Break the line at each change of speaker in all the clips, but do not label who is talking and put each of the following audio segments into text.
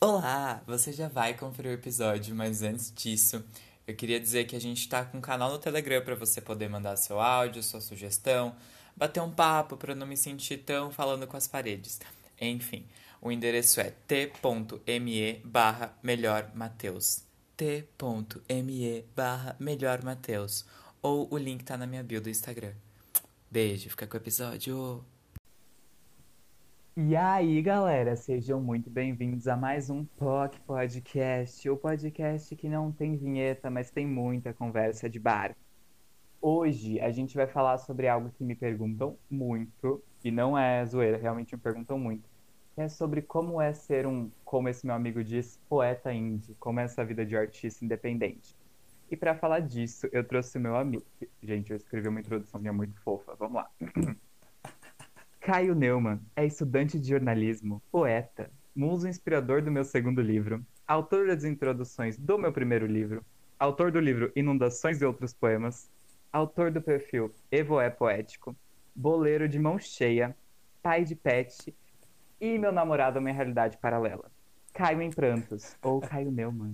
Olá! Você já vai conferir o episódio, mas antes disso, eu queria dizer que a gente tá com um canal no Telegram para você poder mandar seu áudio, sua sugestão, bater um papo para não me sentir tão falando com as paredes. Enfim, o endereço é t.me barra melhormateus. T.me barra melhormateus. Ou o link tá na minha bio do Instagram. Beijo, fica com o episódio.
E aí, galera, sejam muito bem-vindos a mais um POC Podcast, o podcast que não tem vinheta, mas tem muita conversa de bar. Hoje a gente vai falar sobre algo que me perguntam muito, e não é zoeira, realmente me perguntam muito, que é sobre como é ser como esse meu amigo diz, poeta indie, como é essa vida de artista independente. E para falar disso, eu trouxe o meu amigo. Gente, eu escrevi uma introdução minha muito fofa, vamos lá. Caio Neumann é estudante de jornalismo, poeta, muso inspirador do meu segundo livro, autor das introduções do meu primeiro livro, autor do livro Inundações e Outros Poemas, autor do perfil Evoé Poético, boleiro de mão cheia, pai de pet e meu namorado é uma realidade paralela. Caio em prantos, ou Caio Neumann.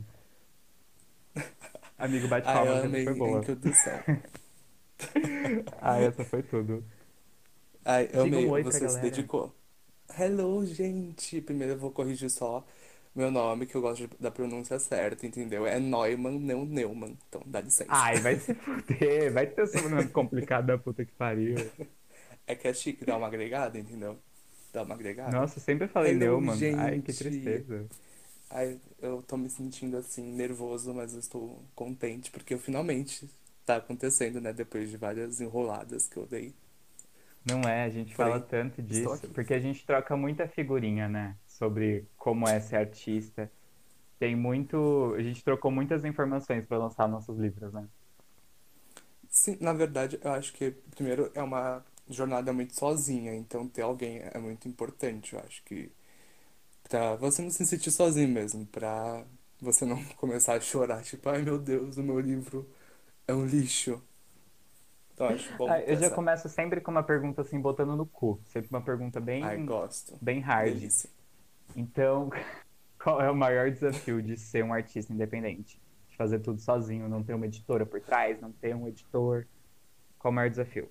Amigo, bate
Ai, eu
palmas que essa foi
amei a
boa.
introdução.
Ah, essa foi tudo.
Ai, eu
Diga um
amei,
oi pra
você se
galera.
dedicou. Hello, gente! Primeiro eu vou corrigir só meu nome, que eu gosto da pronúncia certa, entendeu? É Neumann, não Neumann. Então, dá licença.
Ai, vai se fuder, vai ter sobrenome complicado da puta que pariu.
É que é chique, dá uma agregada, entendeu? Dá uma agregada.
Nossa, eu sempre falei
Hello,
Neumann. Ai, que
gente!
tristeza.
Ai, eu tô me sentindo assim, nervoso, mas eu estou contente, porque eu finalmente tá acontecendo, né? Depois de várias enroladas que eu dei.
Não é, a gente fala
Porém,
tanto
estou
disso,
aqui.
porque a gente troca muita figurinha, né? Sobre como é ser artista. Tem muito. A gente trocou muitas informações para lançar nossos livros, né?
Sim, na verdade, eu acho que primeiro é uma jornada muito sozinha, então ter alguém é muito importante. Eu acho que pra você não se sentir sozinho mesmo, pra você não começar a chorar, tipo, ai meu Deus, o meu livro é um lixo. Então eu acho bom
Ah,
ter
eu já
essa.
começo sempre com uma pergunta assim, botando no cu. Sempre uma pergunta
Ai,
bem,
gosto.
bem hard.
Delícia.
Então, qual é o maior desafio de ser um artista independente? De fazer tudo sozinho, não ter uma editora por trás, não ter um editor. Qual é o maior desafio?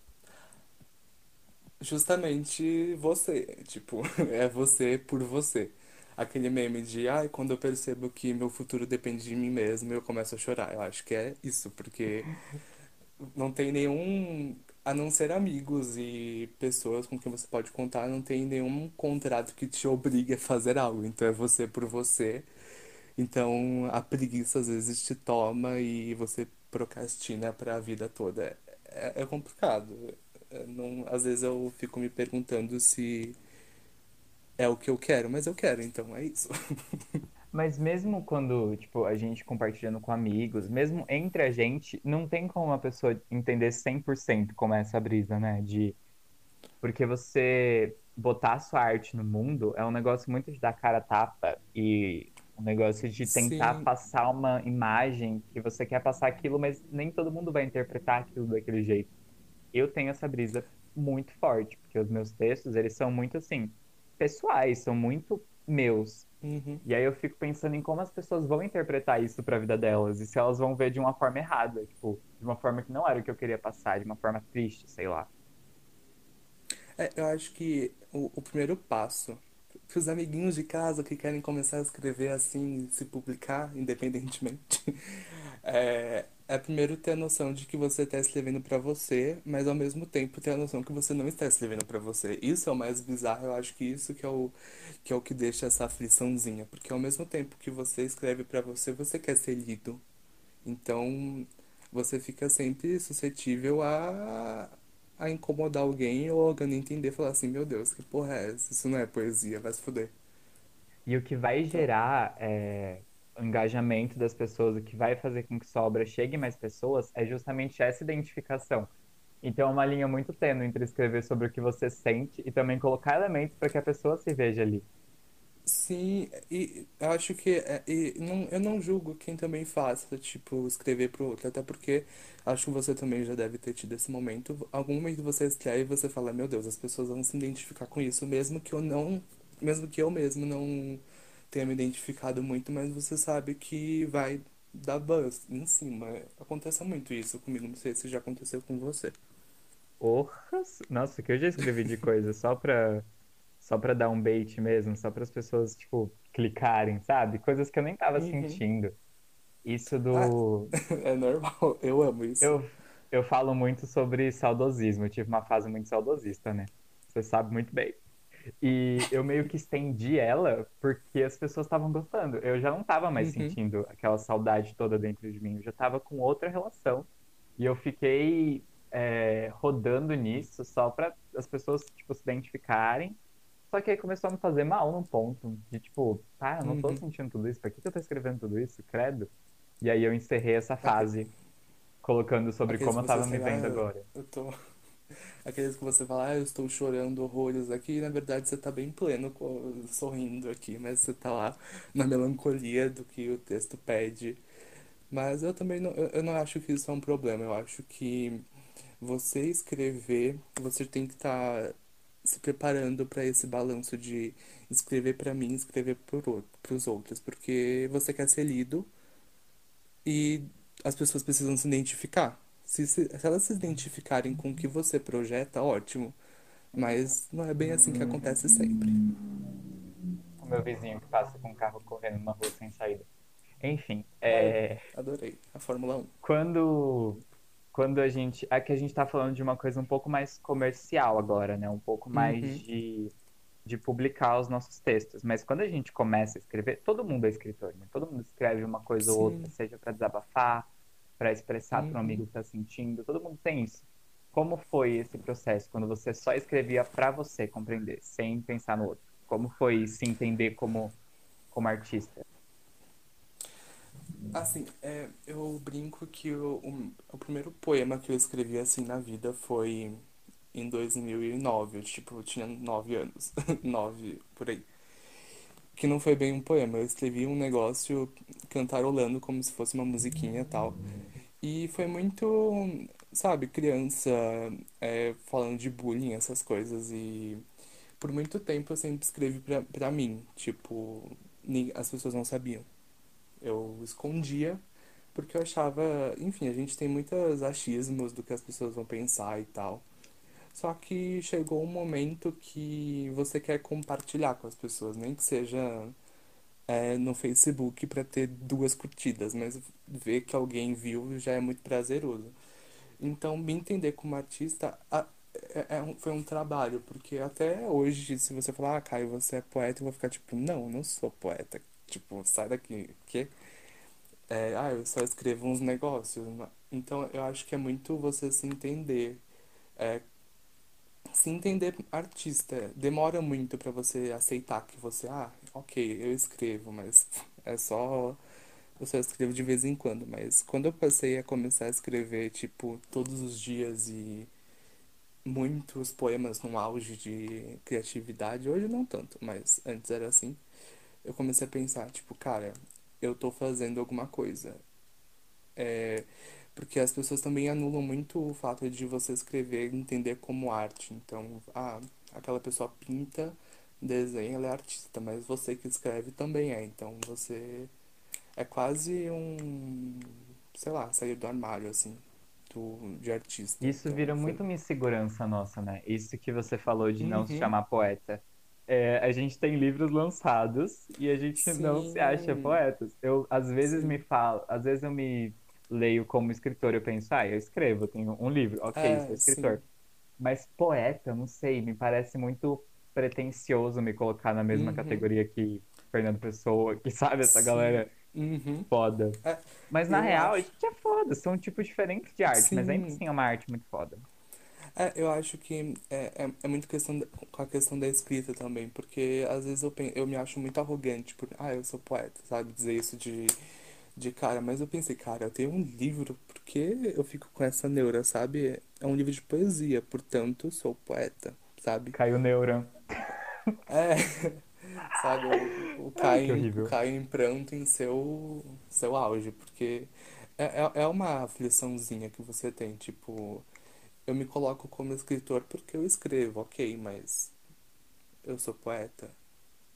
Justamente você, tipo, é você por você. Aquele meme de, ai, quando eu percebo que meu futuro depende de mim mesmo, eu começo a chorar. Eu acho que é isso, porque não tem nenhum, a não ser amigos e pessoas com quem você pode contar, não tem nenhum contrato que te obrigue a fazer algo. Então é você por você. Então a preguiça às vezes te toma e você procrastina para a vida toda. É complicado. Não, às vezes eu fico me perguntando se é o que eu quero, mas eu quero, então é isso.
Mas mesmo quando, tipo, a gente compartilhando com amigos, mesmo entre a gente, não tem como uma pessoa entender 100% como é essa brisa, né? Porque você botar a sua arte no mundo é um negócio muito de dar cara a tapa e um negócio de tentar
Sim,
passar uma imagem que você quer passar aquilo, mas nem todo mundo vai interpretar aquilo daquele jeito. Eu tenho essa brisa muito forte, porque os meus textos, eles são muito assim, pessoais, são muito meus.
uhum.
E aí eu fico pensando em como as pessoas vão interpretar isso para a vida delas e se elas vão ver de uma forma errada, tipo, de uma forma que não era o que eu queria passar, de uma forma triste, sei lá.
Eu acho que o primeiro passo para os amiguinhos de casa que querem começar a escrever assim, se publicar independentemente, é primeiro ter a noção de que você está escrevendo para você, mas ao mesmo tempo ter a noção que você não está escrevendo para você. Isso é o mais bizarro, eu acho que isso que é o que deixa essa afliçãozinha, porque ao mesmo tempo que você escreve para você, você quer ser lido. Então, você fica sempre suscetível a incomodar alguém ou alguém não entender e falar assim, meu Deus, que porra é essa? Isso não é poesia, vai se fuder.
E o que vai
Então,
gerar o engajamento das pessoas, o que vai fazer com que sua obra chegue a mais pessoas, é justamente essa identificação. Então, é uma linha muito tênue entre escrever sobre o que você sente e também colocar elementos para que a pessoa se veja ali.
sim, e eu acho que eu não julgo quem também faça, tipo, escrever pro outro, até porque acho que você também já deve ter tido esse momento. Algum momento você escreve e você fala, meu Deus, as pessoas vão se identificar com isso, mesmo que eu mesmo não tenha me identificado muito, mas você sabe que vai dar buzz em cima. Acontece muito isso comigo, não sei se já aconteceu com você.
Orras? Nossa, que eu já escrevi de coisa só pra dar um bait mesmo, só para as pessoas, tipo, clicarem, sabe? Coisas que eu nem tava
Uhum.
sentindo. Isso
Ah,
do.
é normal, eu amo isso.
Eu, eu falo muito sobre saudosismo. Eu tive uma fase muito saudosista, né? Você sabe muito bem. E eu meio que estendi ela porque as pessoas estavam gostando. Eu já não estava mais
Uhum,
sentindo aquela saudade toda dentro de mim. Eu já estava com outra relação. E eu fiquei rodando nisso só para as pessoas, tipo, se identificarem. Só que aí começou a me fazer mal num ponto de, tipo, eu não tô
uhum.
sentindo tudo isso. Pra que que eu tô escrevendo tudo isso? Credo. E aí eu encerrei essa
Aque-
fase colocando sobre
Aqueles
como
que
eu
você
tava me
escreve,
vendo agora.
eu tô. Aqueles que você fala, eu estou chorando horrores aqui, e na verdade você tá bem pleno, sorrindo aqui, mas você tá lá na melancolia do que o texto pede. Mas eu também não, eu não acho que isso é um problema. Eu acho que você escrever, você tem que estar se preparando para esse balanço de escrever para mim, escrever para os outros, porque você quer ser lido e as pessoas precisam se identificar. Se elas se identificarem com o que você projeta, ótimo. Mas não é bem assim que acontece sempre.
O meu vizinho que passa com o carro correndo numa rua sem saída. Enfim,
Ai, adorei. A Fórmula 1.
quando aqui a gente tá falando de uma coisa um pouco mais comercial agora, né? Um pouco mais
Uhum.
de publicar os nossos textos. Mas quando a gente começa a escrever, todo mundo é escritor, né? Todo mundo escreve uma coisa ou outra,
Sim.
seja para desabafar, para expressar para um
Uhum.
amigo que está sentindo. Todo mundo tem isso. Como foi esse processo quando você só escrevia para você compreender, sem pensar no outro? Como foi se entender como artista?
Assim, eu brinco que o primeiro poema que eu escrevi assim na vida foi em 2009. Eu, tipo, eu tinha 9 anos. 9, por aí. Que não foi bem um poema. Eu escrevi um negócio cantarolando como se fosse uma musiquinha e tal. E foi muito, sabe, criança, falando de bullying, essas coisas. E por muito tempo eu sempre escrevi pra mim. Tipo, as pessoas não sabiam. Eu escondia porque eu achava, enfim, a gente tem muitos achismos do que as pessoas vão pensar e tal. Só que chegou um momento que você quer compartilhar com as pessoas, nem que seja no Facebook para ter 2 curtidas, mas ver que alguém viu já é muito prazeroso. Então, me entender como artista foi um trabalho, porque até hoje, se você falar, Caio, você é poeta, eu vou ficar tipo, não, eu não sou poeta. Tipo, sai daqui, que eu só escrevo uns negócios. Então, eu acho que é muito você se entender. É, se entender artista. Demora muito pra você aceitar que você, ok, eu escrevo, mas é só. Eu só escrevo de vez em quando. Mas quando eu passei a começar a escrever, tipo, todos os dias e muitos poemas no auge de criatividade, hoje não tanto, mas antes era assim, eu comecei a pensar, tipo, cara, eu tô fazendo alguma coisa. É, porque as pessoas também anulam muito o fato de você escrever e entender como arte. Então, aquela pessoa pinta, desenha, ela é artista, mas você que escreve também é. Então, você é quase um, sei lá, sair do armário, assim, de artista.
Isso
Então,
vira
foi.
muito uma insegurança nossa, né? Isso que você falou de não se
Uhum,
chamar poeta. A gente tem livros lançados e a gente não se acha
sim,
poetas. Eu, às vezes, me
sim.
falo, às vezes eu me leio como escritor, eu penso, eu escrevo, eu tenho um livro, ok, sou escritor.
Sim.
Mas poeta, não sei, me parece muito pretensioso me colocar na mesma
Uhum,
categoria que Fernando Pessoa, que sabe, essa
sim.
galera
Uhum.
foda.
É,
Mas na
eu
real, a
acho.
gente é foda, são tipos diferentes de arte, mas ainda
Sim.
assim é uma arte muito foda.
Eu acho que é muito questão com a questão da escrita também, porque às vezes eu me acho muito arrogante por, eu sou poeta, sabe? Dizer isso de cara, mas eu pensei, cara, eu tenho um livro, por que eu fico com essa neura, sabe? É um livro de poesia, portanto, sou poeta, sabe?
Caiu Neuran.
É, sabe? O
Ai, que
O
horrível.
Caio em pranto em seu auge, porque é uma afliçãozinha que você tem, tipo, eu me coloco como escritor porque eu escrevo, ok, mas eu sou poeta.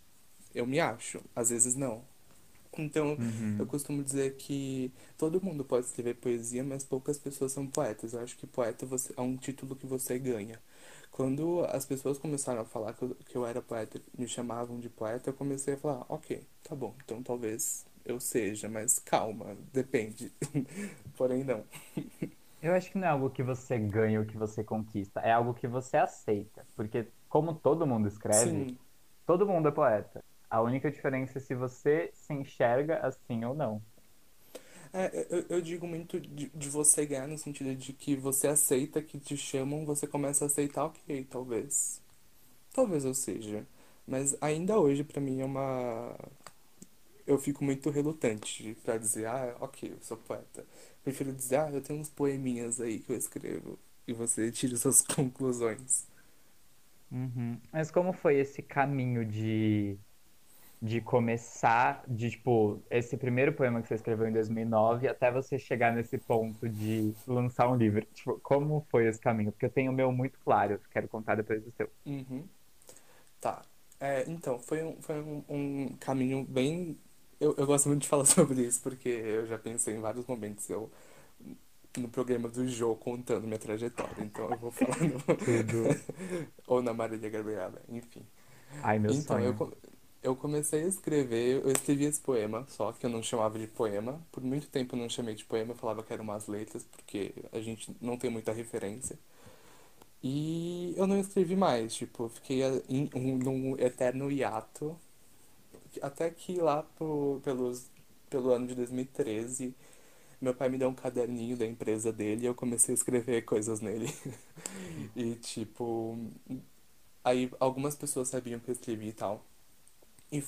eu me acho, às vezes não. Então, eu
Uhum.
costumo dizer que todo mundo pode escrever poesia, mas poucas pessoas são poetas. Eu acho que poeta é um título que você ganha. Quando as pessoas começaram a falar que eu era poeta, me chamavam de poeta, eu comecei a falar, ok, tá bom, então talvez eu seja, mas calma, depende. Porém, não.
Eu acho que não é algo que você ganha ou que você conquista, é algo que você aceita. Porque, como todo mundo escreve,
Sim,
todo mundo é poeta. A única diferença é se você se enxerga assim ou não.
eu digo muito de você ganhar no sentido de que você aceita que te chamam, você começa a aceitar, ok, talvez. Talvez eu seja. Mas ainda hoje, pra mim, é uma. Eu fico muito relutante pra dizer, ah, ok, eu sou poeta. Prefiro dizer, ah, eu tenho uns poeminhas aí que eu escrevo. E você tira suas conclusões.
Uhum. Mas como foi esse caminho de começar, de, tipo, esse primeiro poema que você escreveu em 2009 até você chegar nesse ponto de lançar um livro? Tipo, como foi esse caminho? Porque eu tenho o meu muito claro, eu quero contar depois do seu.
Uhum. Tá. Então, foi um caminho bem. Eu gosto muito de falar sobre isso, porque eu já pensei em vários momentos no programa do Jô contando minha trajetória. Então eu vou falando.
Tudo.
Ou na Marília Gabriela, enfim.
Ai, meu
Então,
sonho.
eu comecei a escrever, eu escrevi esse poema, só que eu não chamava de poema. Por muito tempo eu não chamei de poema, eu falava que eram umas letras, porque a gente não tem muita referência. E eu não escrevi mais, tipo, eu fiquei num eterno hiato, até que lá pelo ano de 2013, meu pai me deu um caderninho da empresa dele e eu comecei a escrever coisas nele. E, tipo, aí algumas pessoas sabiam que eu escrevi e tal. E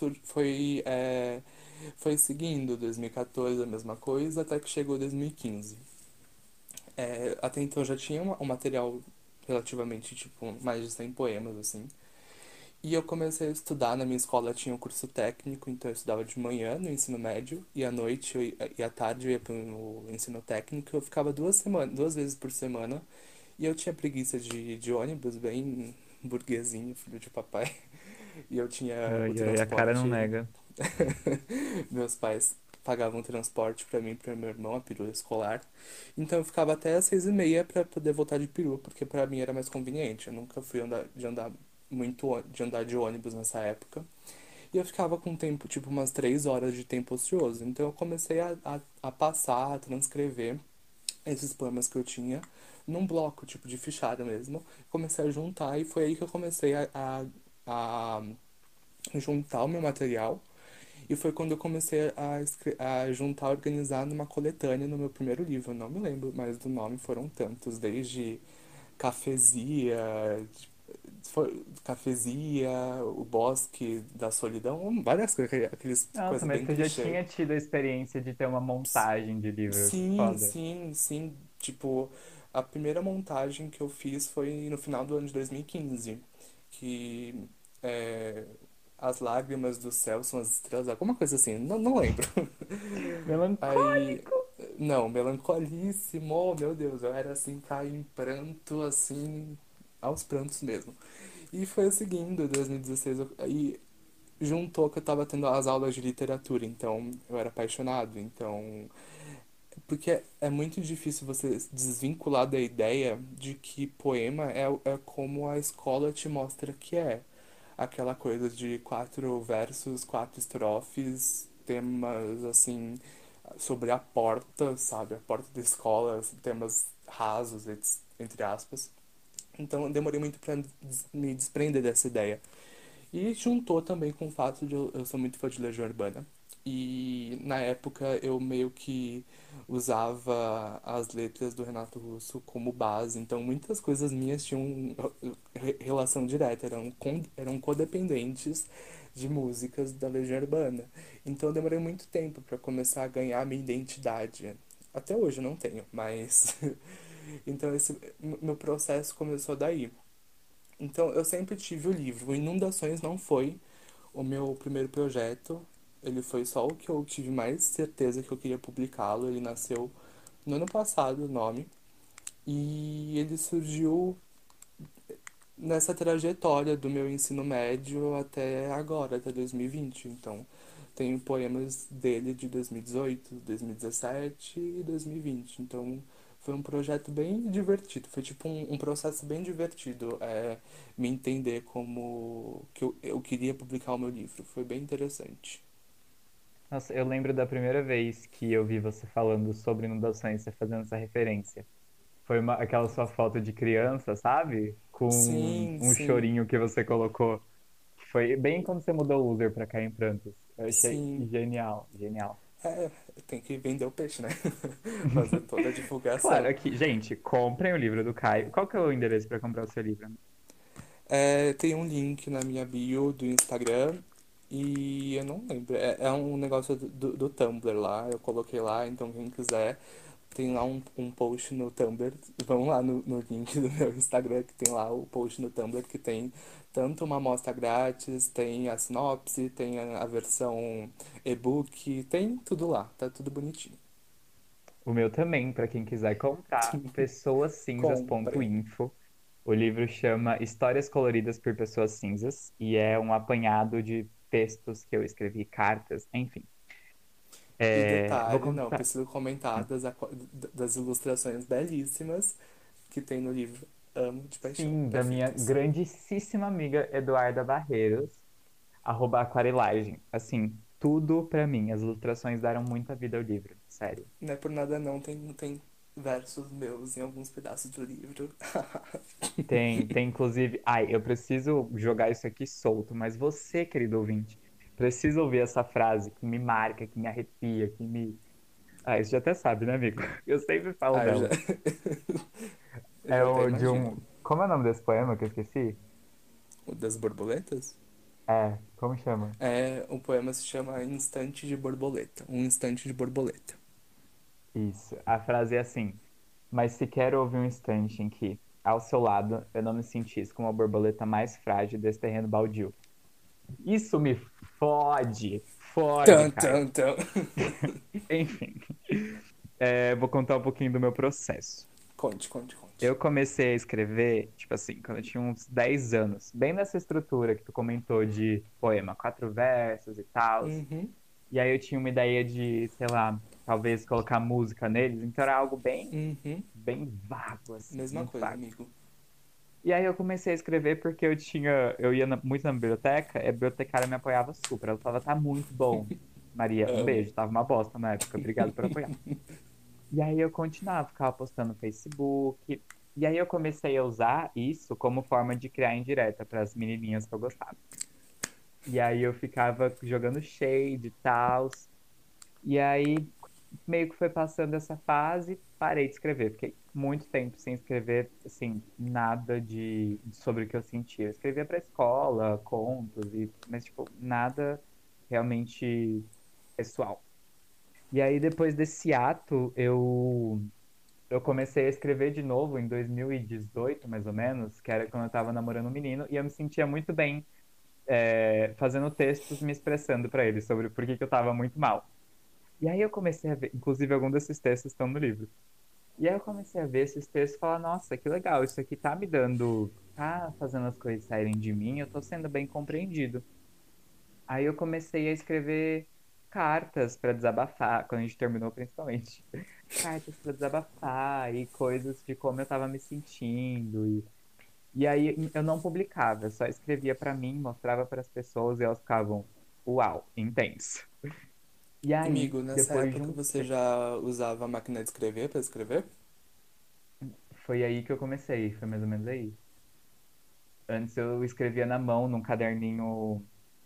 foi seguindo 2014 a mesma coisa, até que chegou 2015. Até então eu já tinha um material relativamente, tipo, mais de 100 poemas, assim. E eu comecei a estudar, na minha escola tinha um curso técnico, então eu estudava de manhã no ensino médio, e à noite e à tarde eu ia pro ensino técnico, eu ficava 2 vezes por semana, e eu tinha preguiça de ônibus, bem burguesinho, filho de papai, e eu tinha o
Ai, ai, a cara não
transporte.
nega.
Meus pais pagavam transporte pra mim e pro meu irmão, a perua escolar. Então eu ficava até às 6h30 pra poder voltar de perua, porque pra mim era mais conveniente. Eu nunca fui de andar de ônibus nessa época. E eu ficava com tempo, tipo, umas 3 horas de tempo ocioso. Então eu comecei a passar, a transcrever esses poemas que eu tinha num bloco, tipo, de fichário mesmo. Comecei a juntar e foi aí que eu comecei a juntar o meu material e foi quando eu comecei a juntar, organizar numa coletânea no meu primeiro livro. Eu não me lembro mais do nome, foram tantos, desde Cafesia, Cafesia, O Bosque da Solidão, várias coisas, aqueles
Nossa,
coisa
mas
bem
você já
clichê.
tinha tido a experiência de ter uma montagem de livro, que
Sim,
foda.
sim, sim. Tipo, a primeira montagem que eu fiz foi no final do ano de 2015, que é, as lágrimas do céu são as estrelas, alguma coisa assim, não lembro. Aí,
Melancólico!
não, melancolíssimo, oh, meu Deus, eu era assim, caí em pranto, assim, aos prantos mesmo. E foi seguindo, 2016, aí juntou que eu tava tendo as aulas de literatura, então eu era apaixonado, então porque é muito difícil você se desvincular da ideia de que poema é como a escola te mostra que é. Aquela coisa de 4 versos, 4 estrofes, temas assim, sobre a porta, sabe? A porta da escola, temas rasos, entre aspas. Então eu demorei muito pra me desprender dessa ideia. E juntou também com o fato de eu sou muito fã de Legião Urbana. E na época eu meio que usava as letras do Renato Russo como base. Então muitas coisas minhas tinham relação direta, eram codependentes de músicas da Legião Urbana. Então eu demorei muito tempo para começar a ganhar minha identidade. Até hoje eu não tenho, mas. Então esse meu processo começou daí. Então, eu sempre tive o livro. O Inundações não foi o meu primeiro projeto. Ele foi só o que eu tive mais certeza que eu queria publicá-lo. Ele nasceu no ano passado, o nome. E ele surgiu nessa trajetória do meu ensino médio até agora, até 2020. Então, tenho poemas dele de 2018, 2017 e 2020. Então, foi um projeto bem divertido. Foi tipo um processo bem divertido, me entender como que eu queria publicar o meu livro. Foi bem interessante.
Nossa, eu lembro da primeira vez que eu vi você falando sobre inundações, você fazendo essa referência. Foi aquela sua foto de criança, sabe? Com
Sim,
um
sim,
chorinho que você colocou. Que foi bem quando você mudou o user pra Cá em Prantos. Eu achei
sim.
genial, genial.
É, tem que vender o peixe, né? Fazer toda a
Claro,
divulgação.
aqui, gente, comprem o livro do Caio. Qual que é o endereço para comprar o seu livro?
Tem um link na minha bio do Instagram e eu não lembro. É um negócio do Tumblr lá. Eu coloquei lá, então quem quiser, tem lá um post no Tumblr. Vão lá no link do meu Instagram que tem lá o post no Tumblr que tem tanto uma amostra grátis, tem a sinopse, tem a versão e-book, tem tudo lá, tá tudo bonitinho.
O meu também, para quem quiser comprar,
Comprem.
pessoascinzas.info. O livro chama Histórias Coloridas por Pessoas Cinzas e é um apanhado de textos que eu escrevi, cartas, enfim.
E
Vou
detalhe, não,
contar.
preciso comentar das ilustrações belíssimas que tem no livro. Amo de paixão.
Sim, da minha
Perfeitas.
grandíssima amiga Eduarda Barreiros, @aquarelagem. Assim, tudo pra mim. As ilustrações deram muita vida ao livro, sério.
Não é por nada não, tem versos meus em alguns pedaços do livro.
Tem inclusive. Ai, eu preciso jogar isso aqui solto, mas você, querido ouvinte, precisa ouvir essa frase que me marca, que me arrepia, que me. Ah, isso já até sabe, né, amigo? Eu sempre falo
Ah, eu já,
dela.
eu
É
já até
o de
imagino.
um. Como é o nome desse poema que eu esqueci?
O das borboletas?
Como chama?
O poema se chama Instante de Borboleta. Um instante de borboleta.
Isso. A frase é assim: Mas se quero ouvir um instante em que, ao seu lado, eu não me sentisse como a borboleta mais frágil desse terreno baldio. Isso me fode, fode,
Tan,
Caio.
tan, tan.
Enfim, vou contar um pouquinho do meu processo.
Conte, conte, conte.
Eu comecei a escrever, tipo assim, quando eu tinha uns 10 anos, bem nessa estrutura que tu comentou de poema, quatro versos e tal.
Uhum,
E aí eu tinha uma ideia de, sei lá, talvez colocar música neles, então era algo bem,
uhum.
bem vago, assim,
Mesma
muito
coisa,
vago.
amigo.
E aí eu comecei a escrever porque eu ia muito na biblioteca, e a bibliotecária me apoiava super. Ela falava, tá muito bom. Maria, um
Amo.
beijo, tava uma bosta na época, obrigado por apoiar. E aí eu continuava, ficava postando no Facebook. E aí eu comecei a usar isso como forma de criar indireta para as menininhas que eu gostava. E aí eu ficava jogando shade e tal. E aí meio que foi passando essa fase, parei de escrever. Fiquei muito tempo sem escrever, assim, nada sobre o que eu sentia. Eu escrevia para escola, contos, mas, tipo, nada realmente pessoal. E aí, depois desse ato, eu comecei a escrever de novo em 2018, mais ou menos, que era quando eu tava namorando um menino, e eu me sentia muito bem, fazendo textos, me expressando para ele sobre por que que eu tava muito mal. E aí eu comecei a ver, inclusive algum desses textos estão no livro. E aí eu comecei a ver esses textos e falar, nossa, que legal, isso aqui tá me dando, tá fazendo as coisas saírem de mim, eu tô sendo bem compreendido. Aí eu comecei a escrever cartas para desabafar, quando a gente terminou principalmente. Cartas para desabafar e coisas de como eu tava me sentindo. E aí eu não publicava, eu só escrevia para mim, mostrava para as pessoas e elas ficavam, uau, intenso. E aí,
Amigo, nessa
depois de
época
um
você já usava a máquina de escrever para escrever?
Foi aí que eu comecei, foi mais ou menos aí. Antes eu escrevia na mão, num caderninho,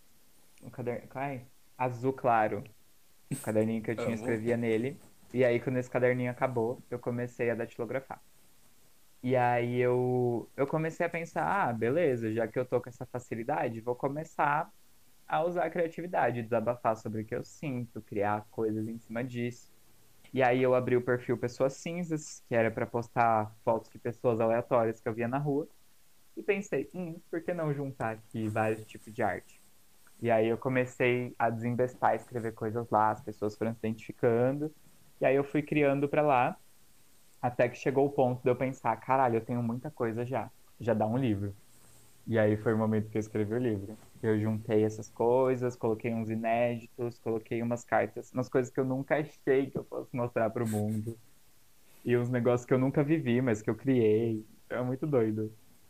ai, azul claro. Um caderninho que eu tinha,
Amo.
escrevia nele. E aí, quando esse caderninho acabou, eu comecei a datilografar. E aí eu comecei a pensar, ah, beleza, já que eu tô com essa facilidade, vou começar a usar a criatividade, desabafar sobre o que eu sinto, criar coisas em cima disso. E aí eu abri o perfil Pessoas Cinzas, que era para postar fotos de pessoas aleatórias que eu via na rua. E pensei, por que não juntar aqui vários tipos de arte? E aí eu comecei a desinvestar, escrever coisas lá, as pessoas foram se identificando. E aí eu fui criando para lá, até que chegou o ponto de eu pensar, caralho, eu tenho muita coisa já. Já dá um livro. E aí foi o momento que eu escrevi o livro. Eu juntei essas coisas, coloquei uns inéditos, coloquei umas cartas, umas coisas que eu nunca achei que eu fosse mostrar pro mundo. E uns negócios que eu nunca vivi, mas que eu criei. É muito doido.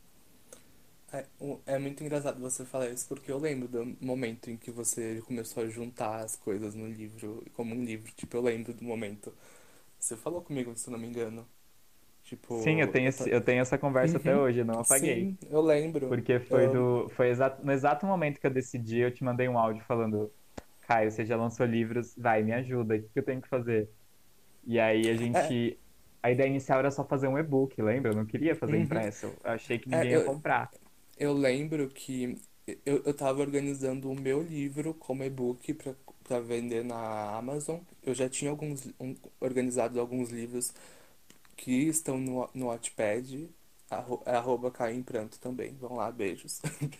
É muito engraçado você falar isso, porque eu lembro do momento em que você começou a juntar as coisas no livro, como um livro. Tipo, eu lembro do momento. Você falou comigo, se eu não me engano.
Sim, eu
Tipo,
tenho, eu tenho essa conversa até
Uhum,
hoje, eu não apaguei.
sim, eu lembro.
Porque
Eu...
no exato momento que eu decidi, eu te mandei um áudio falando, Caio, você já lançou livros, vai, me ajuda, o que que eu tenho que fazer? E aí
É,
a ideia inicial era só fazer um e-book, lembra? Eu não queria fazer
uhum.
impresso, eu achei que
É,
ninguém ia comprar.
eu lembro que eu tava organizando o meu livro como e-book pra vender na Amazon. Eu já tinha organizado alguns livros que estão no Wattpad, arroba Caio em Pranto também. Vão lá, beijos.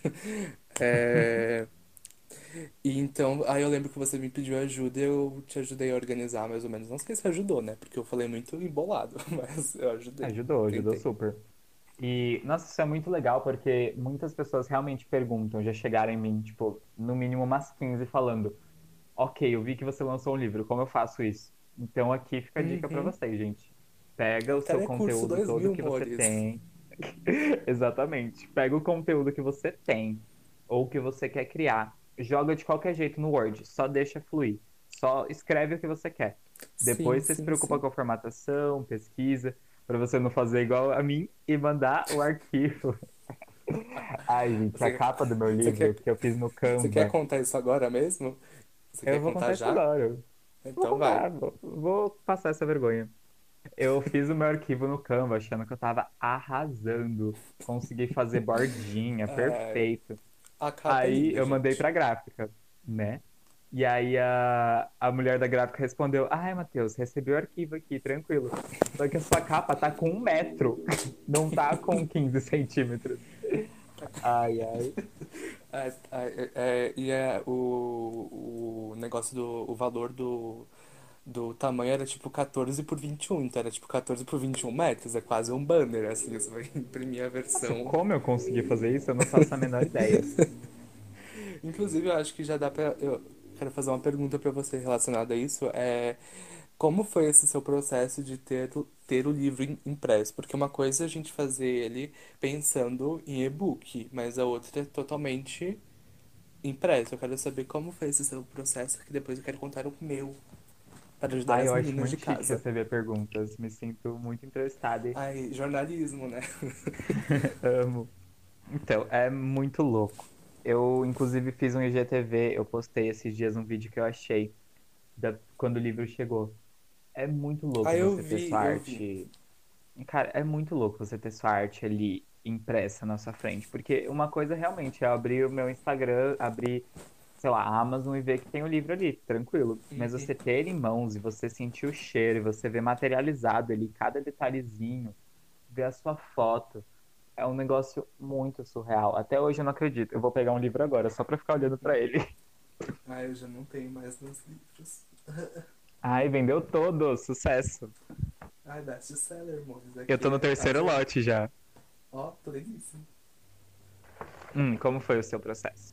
É, e então, aí eu lembro que você me pediu ajuda e eu te ajudei a organizar mais ou menos. Não sei se ajudou, né? Porque eu falei muito embolado, mas eu ajudei.
Ajudou, ajudou
Tentei.
super. E, nossa, isso é muito legal porque muitas pessoas realmente perguntam, já chegaram em mim, tipo, no mínimo umas 15 falando, ok, eu vi que você lançou um livro, como eu faço isso? Então aqui fica a dica pra
Uhum.
vocês, gente. Pega o seu
Telecurso
conteúdo todo
2000,
que você
amores.
tem. Exatamente. Pega o conteúdo que você tem ou que você quer criar, joga de qualquer jeito no Word, só deixa fluir. Só escreve o que você quer.
Sim,
Depois você se
sim,
preocupa
sim.
com a formatação, pesquisa, para você não fazer igual a mim e mandar o arquivo. Ai, gente, a
Você,
capa do meu
você
livro
quer,
que eu fiz no
você quer
Canva,
contar isso agora mesmo? Você quer
eu vou
contar
contar isso
já?
agora. Vou
Então vai.
contar, vou passar essa vergonha. Eu fiz o meu arquivo no Canva, achando que eu tava arrasando. Consegui fazer bordinha,
Ai,
perfeito.
a capa é
Aí
linda,
eu mandei
gente.
pra gráfica, né? E aí a mulher da gráfica respondeu: Ai, Matheus, recebi o arquivo aqui, tranquilo. Só que a sua capa tá com 1 metro, não tá com 15 centímetros. Ai, ai.
E o negócio o valor do tamanho era tipo 14 por 21, então era tipo 14 por 21 metros, é quase um banner, assim, você vai imprimir a
Nossa,
versão.
como eu consegui fazer isso? Eu não faço a menor ideia.
Inclusive, eu acho que já dá pra. Eu quero fazer uma pergunta pra você relacionada a isso. Como foi esse seu processo de ter o livro impresso? Porque uma coisa é a gente fazer ele pensando em e-book, mas a outra é totalmente impresso. Eu quero saber como foi esse seu processo, que depois eu quero contar o meu, para ajudar
Ai,
as
eu acho
meninas de
muito chique
casa.
receber perguntas. Me sinto muito entrevistada.
Ai, jornalismo, né?
Amo. Então, é muito louco. Eu, inclusive, fiz um IGTV, eu postei esses dias um vídeo que eu achei quando o livro chegou. É muito
Ah,
louco
eu
você ter
vi,
sua
eu vi.
arte. Cara, é muito louco você ter sua arte ali impressa na sua frente. Porque uma coisa realmente é abrir o meu Instagram, abrir, sei lá, a Amazon e ver que tem o livro ali, tranquilo. Mas
Uhum.
você ter em mãos e você sentir o cheiro, e você ver materializado ali cada detalhezinho, ver a sua foto. É um negócio muito surreal. Até hoje eu não acredito. Eu vou pegar um livro agora só pra ficar olhando pra ele.
Ah, eu já não tenho mais nos livros.
Ai, vendeu todo, sucesso.
Ai, best-seller, amores.
Eu
Aqui
tô no
é
terceiro
quase.
lote já.
Ó, pleníssimo.
Como foi o seu processo?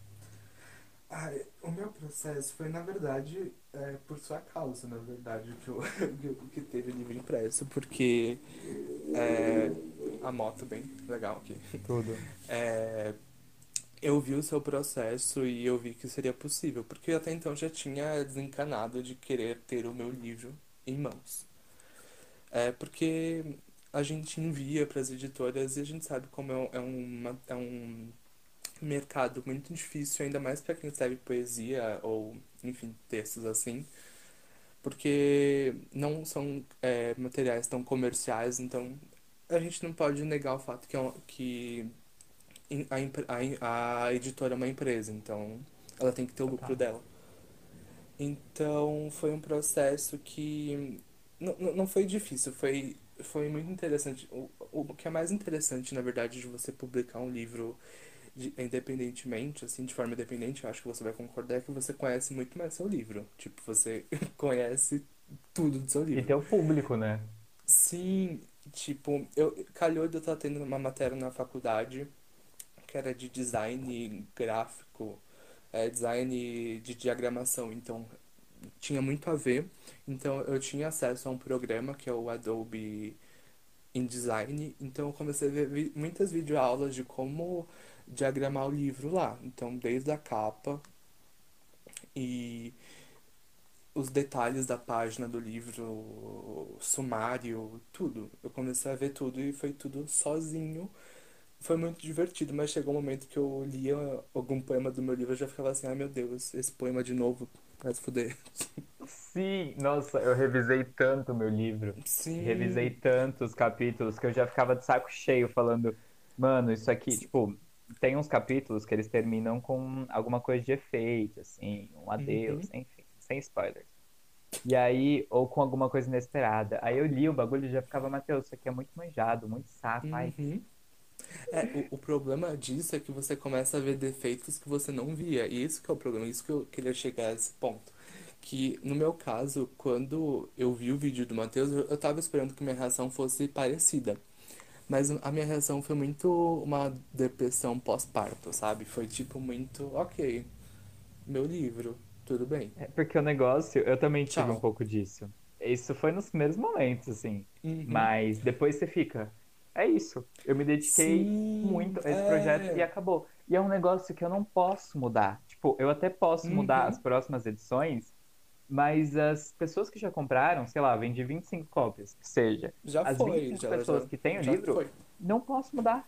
Ai, o meu processo foi, na verdade, por sua causa, na verdade, que, eu, que teve livro impresso, porque é, a moto bem legal aqui.
Tudo.
É, eu vi o seu processo e eu vi que seria possível, porque até então já tinha desencanado de querer ter o meu livro em mãos. Porque a gente envia para as editoras e a gente sabe como é um mercado muito difícil, ainda mais para quem escreve poesia ou, enfim, textos assim, porque não são materiais tão comerciais, então a gente não pode negar o fato que a editora é uma empresa, então ela tem que ter o lucro
Total.
dela. Então foi um processo que não foi difícil, foi muito interessante. O que é mais interessante, na verdade, de você publicar um livro independentemente, assim, de forma independente, eu acho que você vai concordar, é que você conhece muito mais seu livro. Tipo, você conhece tudo do seu
E
livro.
ter o público, né?
Sim, tipo, calhou de eu estar tendo uma matéria na faculdade que era de design gráfico, design de diagramação, então tinha muito a ver. Então eu tinha acesso a um programa que é o Adobe InDesign, então eu comecei a ver muitas videoaulas de como diagramar o livro lá. Então, desde a capa e os detalhes da página do livro, sumário, tudo. Eu comecei a ver tudo e foi tudo sozinho. Foi muito divertido, mas chegou um momento que eu lia algum poema do meu livro e já ficava assim, ai meu Deus, esse poema de novo, vai se fuder.
Sim, nossa, eu revisei tanto o meu livro, revisei
Sim,
tantos capítulos que eu já ficava de saco cheio falando, mano, isso aqui, tipo, tem uns capítulos que eles terminam com alguma coisa de efeito, assim, um adeus,
uhum,
enfim, sem spoilers. E aí, ou com alguma coisa inesperada. Aí eu li o bagulho e já ficava, Matheus, isso aqui é muito manjado, muito saco, ai.
uhum. O problema disso é que você começa a ver defeitos que você não via. E isso que é o problema, isso que eu queria chegar a esse ponto. Que no meu caso, quando eu vi o vídeo do Matheus, eu tava esperando que minha reação fosse parecida. Mas a minha reação foi muito uma depressão pós-parto, sabe? Foi tipo muito, ok, meu livro, tudo bem.
É porque o negócio, eu também tive um
Tchau.
pouco disso. Isso foi nos primeiros momentos, assim.
Uhum.
Mas depois você fica, é isso. Eu me dediquei
Sim,
muito a esse projeto e acabou. E é um negócio que eu não posso mudar. Tipo, eu até posso mudar as
Uhum.
próximas edições, mas as pessoas que já compraram, sei lá, vendi 25 cópias, que seja,
Já
as vinte e
foi,
cinco pessoas que têm o
já
livro,
foi.
não posso mudar.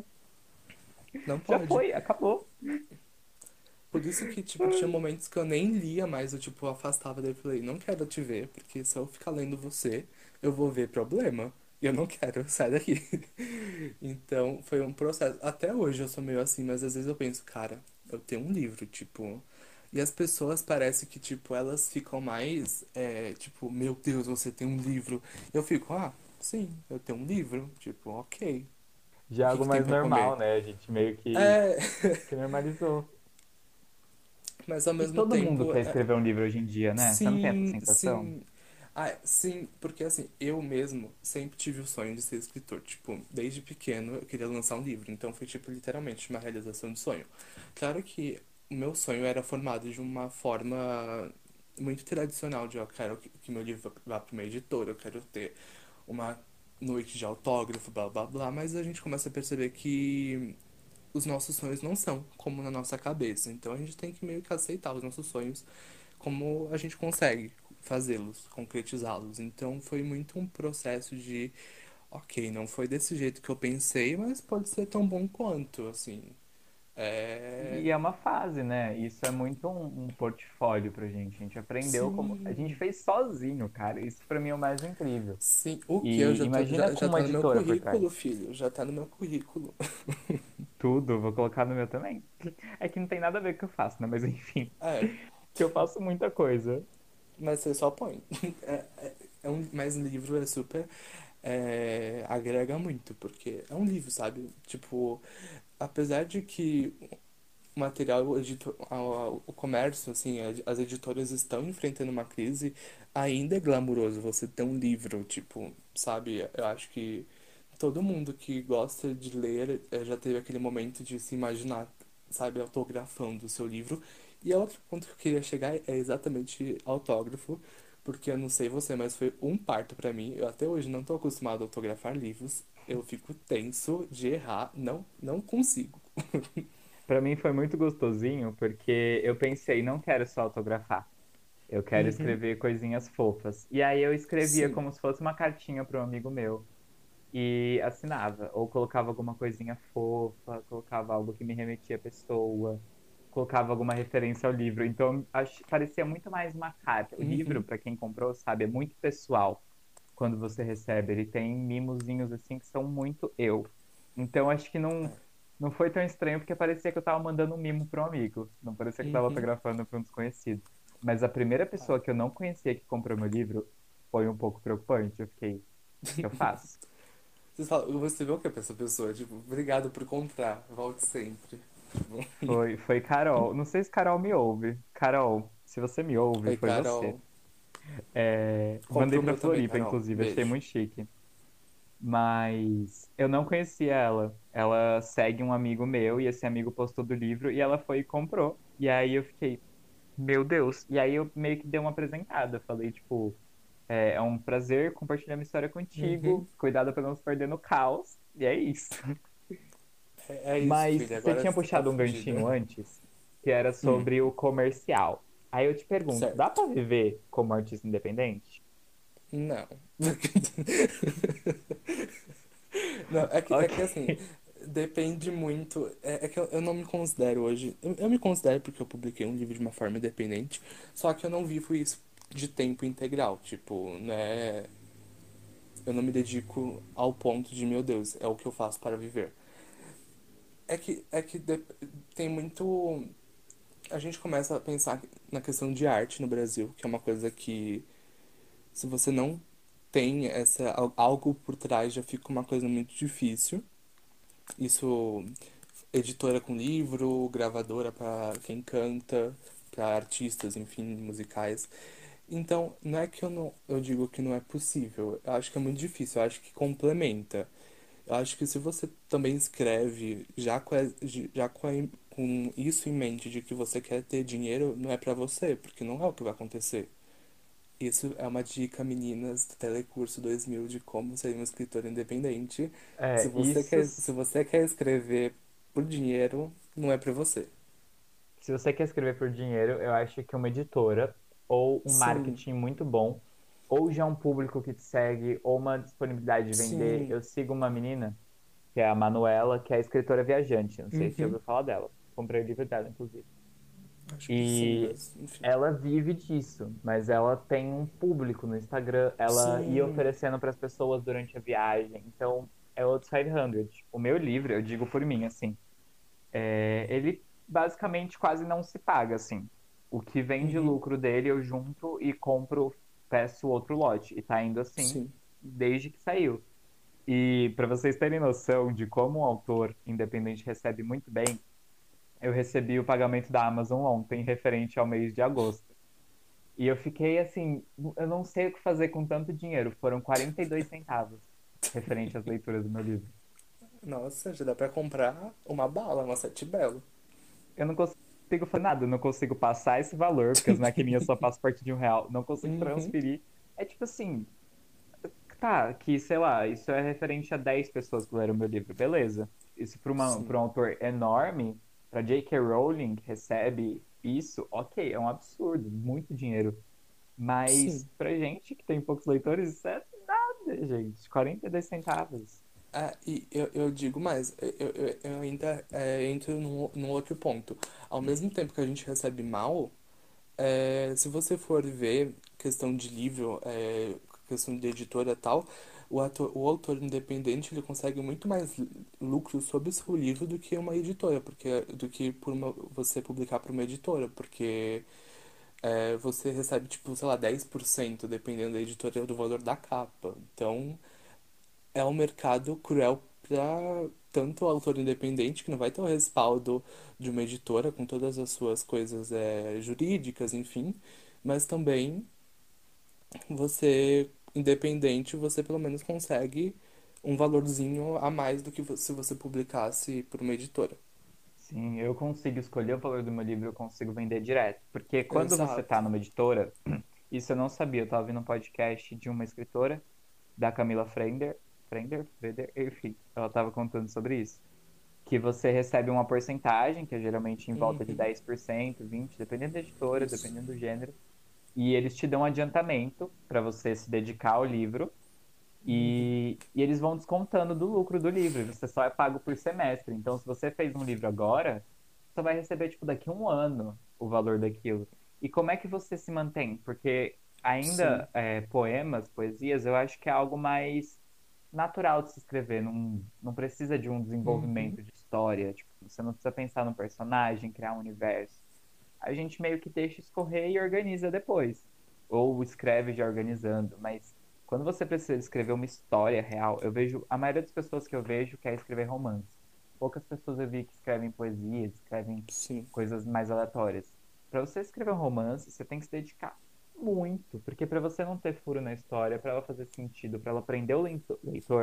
Não
Já
pode.
foi, acabou.
Por isso que, tipo, tinha momentos que eu nem lia mais, eu, tipo, afastava dele e falei, não quero te ver, porque se eu ficar lendo você, eu vou ver problema. E eu não quero, sai daqui. Então, foi um processo. Até hoje eu sou meio assim, mas às vezes eu penso, cara, eu tenho um livro, tipo. E as pessoas parece que, tipo, elas ficam mais, tipo, meu Deus, você tem um livro. Eu fico, ah, sim, eu tenho um livro. Tipo, ok.
Já
O
é
que
algo
que tem
mais
pra comer?
normal, né? A gente meio
É,
que normalizou.
mas ao
E
mesmo
todo mundo
tempo,
quer escrever um livro hoje em dia, né? Você não tem essa
sim,
sensação?
sim. Ah, sim, porque assim, eu mesmo sempre tive o sonho de ser escritor. Tipo, desde pequeno eu queria lançar um livro. Então foi, tipo, literalmente uma realização de sonho. Claro que o meu sonho era formado de uma forma muito tradicional, de eu quero que meu livro vá para uma editora, eu quero ter uma noite de autógrafo, blá blá blá. Mas a gente começa a perceber que os nossos sonhos não são como na nossa cabeça. Então a gente tem que meio que aceitar os nossos sonhos como a gente consegue fazê-los, concretizá-los. Então foi muito um processo de, ok, não foi desse jeito que eu pensei, mas pode ser tão bom quanto, assim. É.
E é uma fase, né? Isso é muito um portfólio pra gente. A gente aprendeu como. A gente
Sim,
fez sozinho, cara. Isso pra mim é o mais incrível.
sim. O que eu
E imagina com
já
uma
tá no meu
editora por trás.
currículo, filho. Já tá no meu currículo.
Tudo, vou colocar no meu também. É que não tem nada a ver com o que eu faço, né? Mas enfim,
É,
que eu faço muita coisa.
mas você só põe. Mas livro é super. Agrega muito, porque é um livro, sabe? Tipo, apesar de que o material, o comércio, assim, as editoras estão enfrentando uma crise, ainda é glamuroso você ter um livro, tipo, sabe? Eu acho que todo mundo que gosta de ler já teve aquele momento de se imaginar, sabe, autografando o seu livro. E a outro ponto que eu queria chegar é exatamente autógrafo, porque eu não sei você, mas foi um parto pra mim. Eu até hoje não tô acostumado a autografar livros. Eu fico tenso de errar, não consigo.
Pra mim foi muito gostosinho, porque eu pensei, não quero só autografar. Eu quero
Uhum,
escrever coisinhas fofas. E aí eu escrevia
sim.
como se fosse uma cartinha para um amigo meu e assinava. Ou colocava alguma coisinha fofa, colocava algo que me remetia à pessoa, colocava alguma referência ao livro. Então parecia muito mais uma carta. O livro,
Uhum.
para quem comprou, sabe, é muito pessoal quando você recebe. Ele tem mimozinhos assim que são muito eu. Então acho que não foi tão estranho porque parecia que eu estava mandando um mimo para um amigo. Não parecia que eu estava
Uhum.
autografando para um desconhecido. Mas a primeira
Ah.
pessoa que eu não conhecia que comprou meu livro foi um pouco preocupante. Eu fiquei, o que eu faço?
Você viu que é pra essa pessoa? Tipo, obrigado por comprar, volte sempre. Tipo,
Foi Carol. Não sei se Carol me ouve. Carol, se você me ouve,
oi,
foi você.
Carol.
É,
Compra
mandei
o
para
meu também,
Floripa,
Carol.
inclusive, achei
Beijo.
muito chique. Mas eu não conhecia ela. Ela segue um amigo meu e esse amigo postou do livro e ela foi e comprou. E aí eu fiquei, meu Deus. E aí eu meio que dei uma apresentada. Falei, tipo, é um prazer compartilhar minha história
Uhum.
contigo. Cuidado pra não se perder no caos. E é isso.
É isso,
Mas
filha.
você
Agora
tinha
você tá
puxado um
fugida.
ganchinho antes, que era
Hum,
sobre o comercial. Aí eu te pergunto, dá
certo.
pra viver como artista independente?
Não. Não, é
Ok.
que assim, depende muito. É que eu não me considero hoje. Eu me considero porque eu publiquei um livro de uma forma independente, só que eu não vivo isso de tempo integral. Tipo, né? Eu não me dedico ao ponto de, meu Deus, é o que eu faço para viver. Tem muito. A gente começa a pensar na questão de arte no Brasil, que é uma coisa que, se você não tem algo por trás, já fica uma coisa muito difícil. Isso, editora com livro, gravadora para quem canta, para artistas, enfim, musicais. Então, não é que eu digo que não é possível. Eu acho que é muito difícil. Eu acho que complementa. Eu acho que se você também escreve com isso em mente de que você quer ter dinheiro, não é pra você, porque não é o que vai acontecer. Isso é uma dica, meninas, do Telecurso 2000 de como ser um escritor independente.
É, isso,
Se você quer escrever por dinheiro, não é pra você.
se você quer escrever por dinheiro, eu acho que uma editora ou um
Sim,
marketing muito bom, ou já um público que te segue, ou uma disponibilidade de vender.
sim.
Eu sigo uma menina, que é a Manuela, que é escritora viajante. Não sei se você
Uhum.
ouviu falar dela. Comprei o livro dela, inclusive.
Acho que sim,
E
mas enfim.
ela vive disso, mas ela tem um público no Instagram, ela ia
Sim.
oferecendo para as pessoas durante a viagem. Então, é outro Side 100. O meu livro, eu digo por mim, assim, ele basicamente quase não se paga, assim. O que vem de
Uhum.
lucro dele, eu junto e compro, peço outro lote. E tá indo assim
Sim.
desde que saiu. E para vocês terem noção de como um autor independente recebe muito bem, eu recebi o pagamento da Amazon ontem, referente ao mês de agosto. E eu fiquei assim, eu não sei o que fazer com tanto dinheiro. Foram 42 centavos referente às leituras do meu livro.
Nossa, já dá pra comprar uma bala, uma sete belo.
Eu não consigo fazer nada, eu não consigo passar esse valor, porque as maquininhas só passam a partir de R$ 1. Não consigo
Uhum.
transferir. É tipo assim, tá, que sei lá, isso é referente a 10 pessoas que leram meu livro, beleza. Isso para
Sim.
um autor enorme, para J.K. Rowling, que recebe isso, ok, é um absurdo, muito dinheiro. Mas
Sim.
pra gente que tem poucos leitores, isso é nada, gente. 42 centavos.
Ah, e eu digo mais, eu ainda entro num outro ponto. Ao mesmo tempo que a gente recebe mal, se você for ver questão de livro, questão de editora e tal, o autor independente ele consegue muito mais lucro sobre o seu livro do que uma editora, do que você publicar para uma editora, porque você recebe, tipo, sei lá, 10% dependendo da editora do valor da capa. Então, é um mercado cruel para tanto o autor independente, que não vai ter o respaldo de uma editora com todas as suas coisas jurídicas, enfim, mas também você, independente, você pelo menos consegue um valorzinho a mais do que se você publicasse por uma editora.
Sim, eu consigo escolher o valor do meu livro, eu consigo vender direto. Porque quando você tá
Exato.
numa editora, isso eu não sabia, eu tava ouvindo um podcast de uma escritora, da Camila Frender, enfim, ela tava contando sobre isso. Que você recebe uma porcentagem, que é geralmente em volta de
Uhum.
10%, 20%, dependendo da editora,
Isso.
dependendo do gênero. E eles te dão um adiantamento para você se dedicar ao livro
Uhum.
e eles vão descontando do lucro do livro. E você só é pago por semestre. Então, se você fez um livro agora, você vai receber, tipo, daqui a um ano o valor daquilo. E como é que você se mantém? Porque
Sim.
ainda poemas, poesias, eu acho que é algo mais natural de se escrever. Não precisa de um
Uhum.
desenvolvimento de história. Tipo, você não precisa pensar no personagem, criar um universo. A gente meio que deixa escorrer e organiza depois. Ou escreve já organizando. Mas quando você precisa escrever uma história real, eu vejo, a maioria das pessoas que eu vejo quer escrever romance. Poucas pessoas eu vi que escrevem poesia, escrevem
Sim.
coisas mais aleatórias. Para você escrever um romance, você tem que se dedicar muito, porque para você não ter furo na história, para ela fazer sentido, para ela prender o leitor,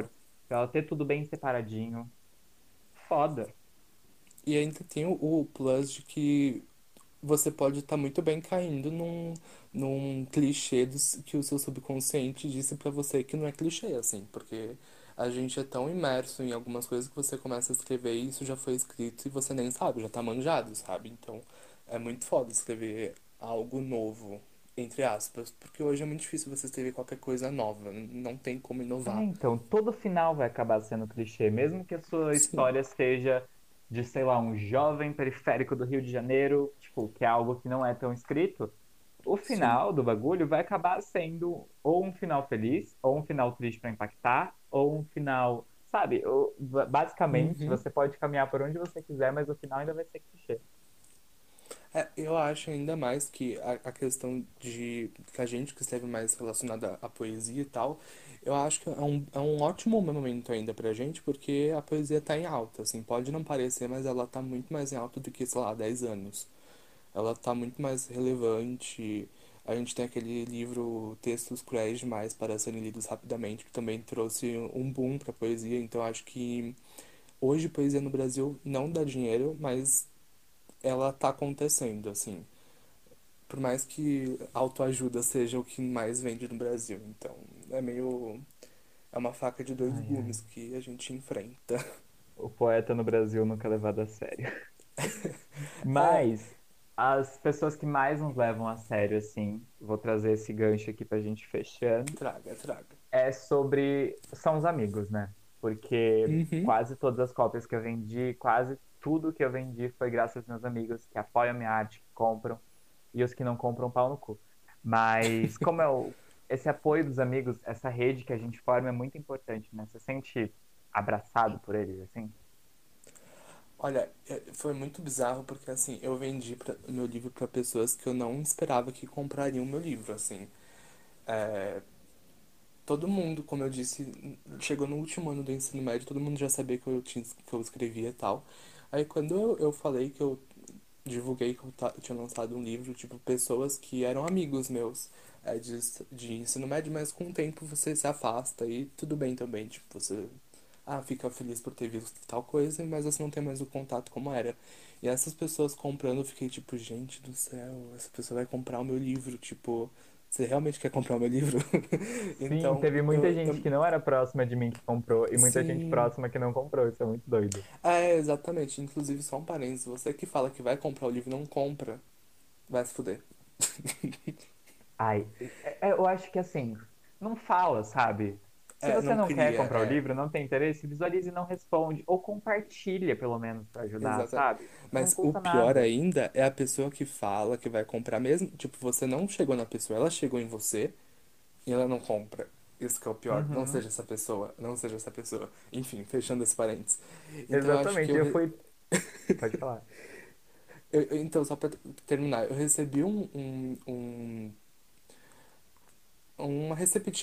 pra ela ter tudo bem separadinho. Foda.
E ainda tem o plus de que você pode estar muito bem caindo num clichê que o seu subconsciente disse pra você que não é clichê, assim, porque a gente é tão imerso em algumas coisas que você começa a escrever e isso já foi escrito e você nem sabe, já tá manjado, sabe? Então é muito foda escrever algo novo, entre aspas, porque hoje é muito difícil você escrever qualquer coisa nova, não tem como
É,
inovar.
então, todo final vai acabar sendo clichê, mesmo que a sua
Sim.
história seja de, sei lá, um jovem periférico do Rio de Janeiro, tipo, que é algo que não é tão escrito, o
Sim.
final do bagulho vai acabar sendo ou um final feliz, ou um final triste para impactar, ou um final, sabe? Basicamente,
Uhum.
você pode caminhar por onde você quiser, mas o final ainda vai ser clichê.
É, eu acho ainda mais que a questão de que a gente que esteve mais relacionada à poesia e tal, eu acho que é um ótimo momento ainda pra gente, porque a poesia tá em alta, assim, pode não parecer, mas ela tá muito mais em alta do que, sei lá, 10 anos. Ela tá muito mais relevante. A gente tem aquele livro Textos Cruéis Demais para Serem Lidos Rapidamente, que também trouxe um boom pra poesia, então eu acho que hoje poesia no Brasil não dá dinheiro, mas ela tá acontecendo, assim. Por mais que autoajuda seja o que mais vende no Brasil. Então, é meio. É uma faca de dois
Ai, ai.
gumes que a gente enfrenta.
O poeta no Brasil nunca é levado a sério.
É,
Mas as pessoas que mais nos levam a sério, assim, vou trazer esse gancho aqui pra gente fechando,
traga, traga.
é sobre. São os amigos, né? Porque
Uhum.
quase todas as cópias que eu vendi, quase tudo que eu vendi foi graças aos meus amigos que apoiam a minha arte, que compram, e os que não compram, pau no cu. Mas como é esse apoio dos amigos, essa rede que a gente forma é muito importante, né? Você se sente abraçado por eles, assim?
Olha, foi muito bizarro porque assim, eu vendi meu livro pra pessoas que eu não esperava que comprariam o meu livro, assim. É, todo mundo, como eu disse, chegou no último ano do ensino médio, todo mundo já sabia que eu escrevia e tal. Aí quando eu falei que eu divulguei que eu tinha lançado um livro, tipo, pessoas que eram amigos meus de ensino médio, mas com o tempo você se afasta e tudo bem também, tipo, você fica feliz por ter visto tal coisa, mas você não tem mais o contato como era. E essas pessoas comprando, eu fiquei tipo, gente do céu, essa pessoa vai comprar o meu livro, tipo, você realmente quer comprar o meu livro?
Sim,
Então,
teve muita gente que não era próxima de mim que comprou e muita gente
sim,
próxima que não comprou. Isso é muito doido.
exatamente. Inclusive, só um parênteses, você que fala que vai comprar o livro e não compra, vai se fuder.
Ai, eu acho que assim, não fala, sabe? Se
É,
você
não
não quer
cria,
comprar o livro, não tem interesse, visualize e não responde. Ou compartilha, pelo menos, para ajudar,
exata.
sabe? Não
Mas o
custa
pior
nada.
ainda é a pessoa que fala que vai comprar mesmo. Tipo, você não chegou na pessoa, ela chegou em você e ela não compra. Isso que é o pior. Não
Uhum,
seja essa pessoa, não seja essa pessoa. Enfim, fechando esse parênteses. Então eu acho que
exatamente. Eu fui. Pode falar.
Então, só pra terminar, eu recebi uma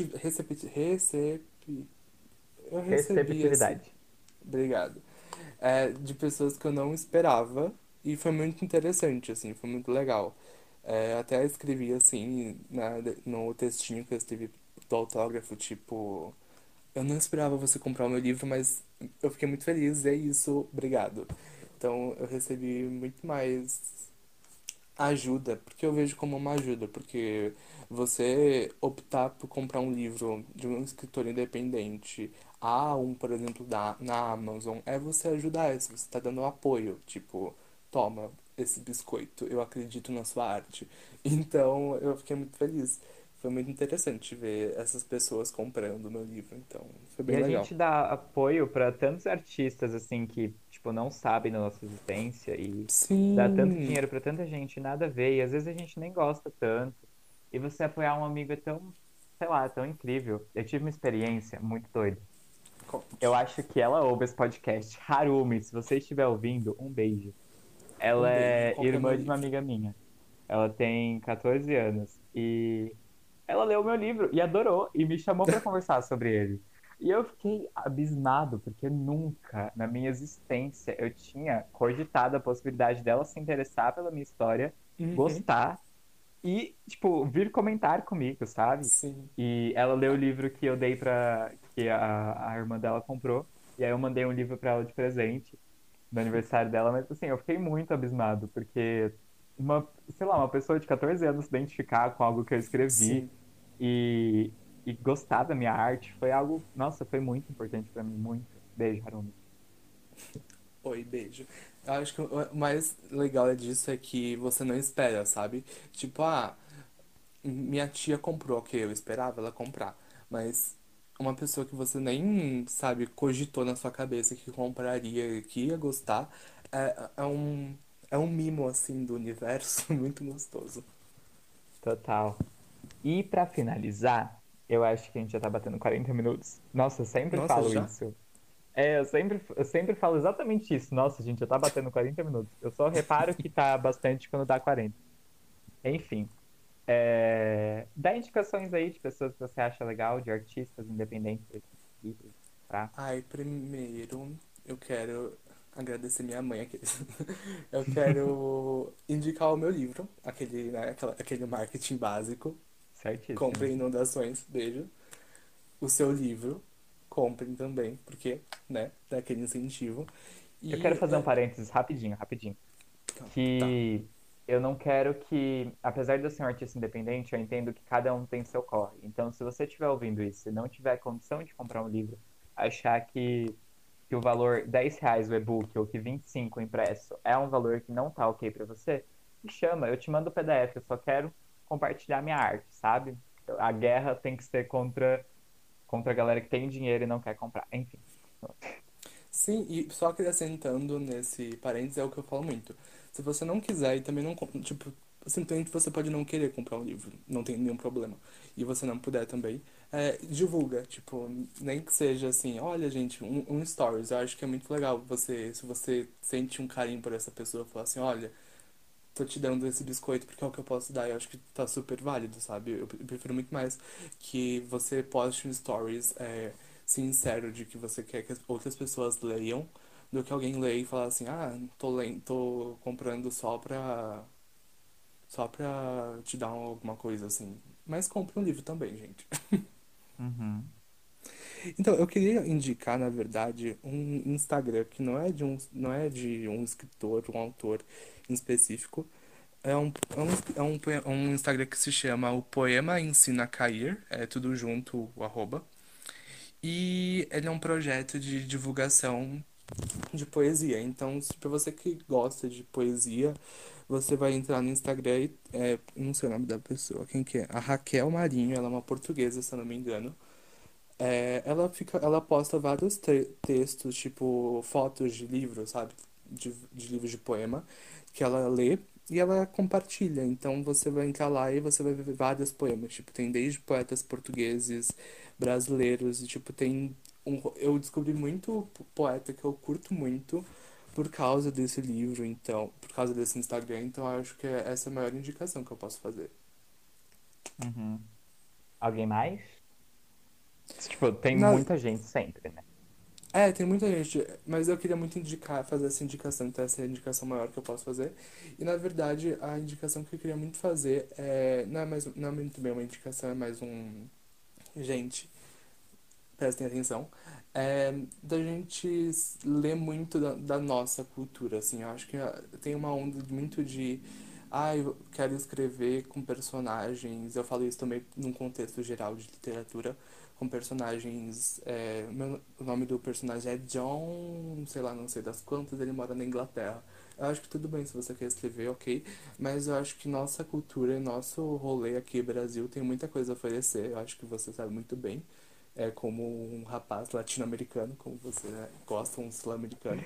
eu recebi esse.
Receptividade.
Obrigado. De pessoas que eu não esperava e foi muito interessante, assim, foi muito legal. Até escrevi assim no textinho que eu escrevi do autógrafo, tipo, eu não esperava você comprar o meu livro, mas eu fiquei muito feliz, e é isso, obrigado. Então eu recebi muito mais ajuda, porque eu vejo como uma ajuda, porque você optar por comprar um livro de um escritor independente, por exemplo, na Amazon, é você ajudar, você está dando apoio, tipo, toma esse biscoito, eu acredito na sua arte. Então, eu fiquei muito feliz. Foi muito interessante ver essas pessoas comprando o meu livro, então foi
E
bem
a
legal.
gente dá apoio para tantos artistas assim que, tipo, não sabem da nossa existência e dá tanto
Sim,
dinheiro para tanta gente, e nada a ver, e às vezes a gente nem gosta tanto. E você apoiar um amigo é tão, sei lá, tão incrível. Eu tive uma experiência muito doida. Eu
conte.
acho que ela ouve esse podcast. Harumi, se você estiver ouvindo, um beijo. Ela
Um beijo,
é
compra meu
irmã de uma
livro.
amiga minha. Ela tem 14 anos e ela leu meu livro e adorou e me chamou para conversar sobre ele. E eu fiquei abismado, porque nunca na minha existência eu tinha cogitado a possibilidade dela se interessar pela minha história,
Uhum.
gostar e, tipo, vir comentar comigo, sabe?
Sim.
E ela leu o livro que eu dei que a irmã dela comprou. E aí eu mandei um livro pra ela de presente no aniversário dela, mas assim, eu fiquei muito abismado, porque sei lá, uma pessoa de 14 anos se identificar com algo que eu escrevi
Sim.
e, e gostar da minha arte foi algo, nossa, foi muito importante pra mim, muito. Beijo, Harumi.
Oi, beijo. Eu acho que o mais legal disso é que você não espera, sabe? Tipo, minha tia comprou, ok, eu esperava ela comprar. Mas uma pessoa que você nem, sabe, cogitou na sua cabeça que compraria, que ia gostar, é um mimo, assim, do universo muito gostoso.
Total. E pra finalizar, eu acho que a gente já tá batendo 40 minutos. Nossa, eu sempre
Nossa,
falo
já?
isso. É, eu sempre falo exatamente isso. Nossa, a gente já tá batendo 40 minutos. Eu só reparo que tá bastante quando dá 40. Enfim, dá indicações aí de pessoas que você acha legal, de artistas independentes, livros, pra...
Ai, primeiro eu quero agradecer minha mãe aqui. Eu quero indicar o meu livro, aquele, né, aquele marketing básico.
Certíssimo.
Comprem Inundações, beijo. O seu livro, comprem também, porque, né, dá aquele incentivo.
Eu quero
E,
fazer um parênteses rapidinho, rapidinho.
tá,
Que eu não quero que, apesar de eu ser um artista independente, eu entendo que cada um tem seu corre. Então, se você estiver ouvindo isso e não tiver condição de comprar um livro, achar que o valor R$ 10 o e-book ou que 25 o impresso é um valor que não tá ok para você, me chama, eu te mando o PDF, eu só quero compartilhar minha arte, sabe? A guerra tem que ser contra a galera que tem dinheiro e não quer comprar. Enfim.
sim, e só acrescentando nesse parênteses é o que eu falo muito. Se você não quiser e também não, tipo, simplesmente você pode não querer comprar um livro, não tem nenhum problema. E você não puder também, divulga, tipo, nem que seja assim, olha, gente, um stories, eu acho que é muito legal você, se você sente um carinho por essa pessoa, falar assim, olha, tô te dando esse biscoito porque é o que eu posso dar. Eu acho que tá super válido, sabe? Eu prefiro muito mais que você poste um stories sincero de que você quer que as outras pessoas leiam do que alguém ler e falar assim, tô comprando só pra te dar alguma coisa assim. Mas compre um livro também, gente.
Uhum.
Então, eu queria indicar, na verdade, um Instagram que não é de um escritor, um autor em específico. É um Instagram que se chama O Poema Ensina a Cair, é tudo junto, o arroba. E ele é um projeto de divulgação de poesia. Então, se para você que gosta de poesia, você vai entrar no Instagram e não sei o nome da pessoa, quem que é? A Raquel Marinho, ela é uma portuguesa, se eu não me engano. Ela posta vários textos, tipo fotos de livros, sabe? De livros de poema, que ela lê e ela compartilha. Então você vai entrar lá e você vai ver vários poemas. Tipo, tem desde poetas portugueses, brasileiros, e tipo, eu descobri muito poeta que eu curto muito por causa desse livro, então, por causa desse Instagram, então eu acho que essa é a maior indicação que eu posso fazer.
Uhum. Alguém mais? Tipo, tem
Na,
muita gente sempre, né?
Tem muita gente, mas eu queria muito fazer essa indicação, então essa é a indicação maior que eu posso fazer. E na verdade, a indicação que eu queria muito fazer não é muito bem uma indicação, é mais um. Gente, prestem atenção. Da gente ler muito da nossa cultura, assim. Eu acho que tem uma onda muito de. Eu quero escrever com personagens. Eu falo isso também num contexto geral de literatura. Com personagens. O nome do personagem é John, sei lá, não sei das quantas, ele mora na Inglaterra. Eu acho que tudo bem se você quer escrever, ok. Mas eu acho que nossa cultura e nosso rolê aqui, Brasil, tem muita coisa a oferecer. Eu acho que você sabe muito bem como um rapaz latino-americano, como você, né, gosta, um sul-americano.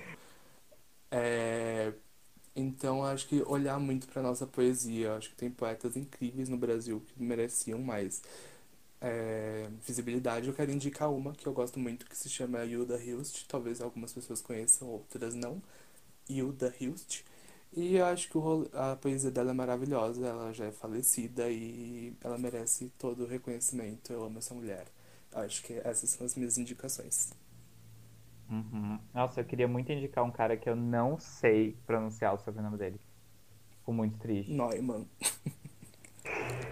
É, então, acho que olhar muito para nossa poesia. Acho que tem poetas incríveis no Brasil que mereciam mais visibilidade. Eu quero indicar uma que eu gosto muito, que se chama Hilda Hilst. Talvez algumas pessoas conheçam, outras não. Hilda Hilst. E eu acho que a poesia dela é maravilhosa. Ela já é falecida e ela merece todo o reconhecimento. Eu amo essa mulher. Acho que essas são as minhas indicações.
Uhum. Nossa, eu queria muito indicar um cara que eu não sei pronunciar o sobrenome dele. Fico muito triste.
Neumann.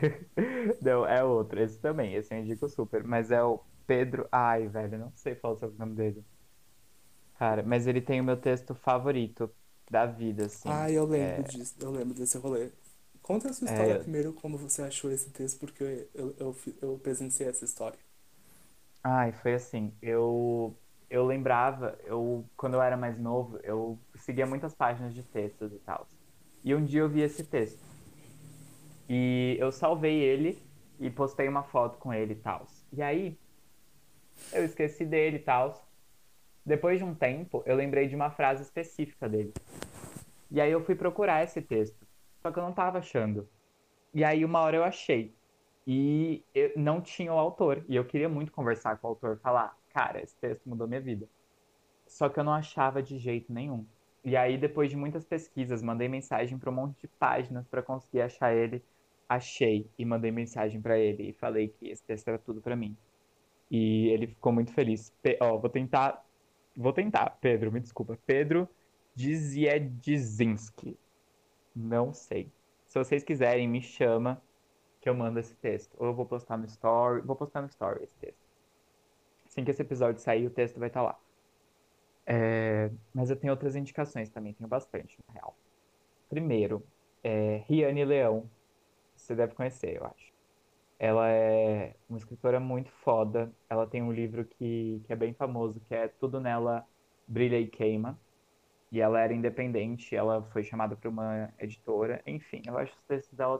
Não, é outro. Esse também, esse eu indico super. Mas é o Pedro. Ai, velho, não sei falar sobre o nome dele. Cara, mas ele tem o meu texto favorito da vida, assim.
Ah, eu lembro disso, eu lembro desse rolê. Conta a sua história
É,
primeiro, como você achou esse texto, porque eu presenciei essa história.
ai, foi assim. Eu lembrava, quando eu era mais novo, eu seguia muitas páginas de textos e tal. E um dia eu vi esse texto. E eu salvei ele e postei uma foto com ele e tal. E aí, eu esqueci dele e tal. Depois de um tempo, eu lembrei de uma frase específica dele. E aí eu fui procurar esse texto. Só que eu não tava achando. E aí uma hora eu achei. E não tinha o autor. E eu queria muito conversar com o autor, falar, cara, esse texto mudou minha vida. Só que eu não achava de jeito nenhum. E aí, depois de muitas pesquisas, mandei mensagem para um monte de páginas para conseguir achar ele. Achei e mandei mensagem para ele e falei que esse texto era tudo para mim. E ele ficou muito feliz. Ó, vou tentar, Pedro, me desculpa. Pedro Dziedzinski. Não sei. Se vocês quiserem, me chama que eu mando esse texto. Ou eu vou postar no story, vou postar no story esse texto. Assim que esse episódio sair, o texto vai estar lá. Mas eu tenho outras indicações também, tenho bastante, na real. Primeiro, Riane Leão, você deve conhecer, eu acho. Ela é uma escritora muito foda. Ela tem um livro que é bem famoso, que é Tudo Nela Brilha e Queima. E ela era independente, ela foi chamada para uma editora. Enfim, eu acho os textos dela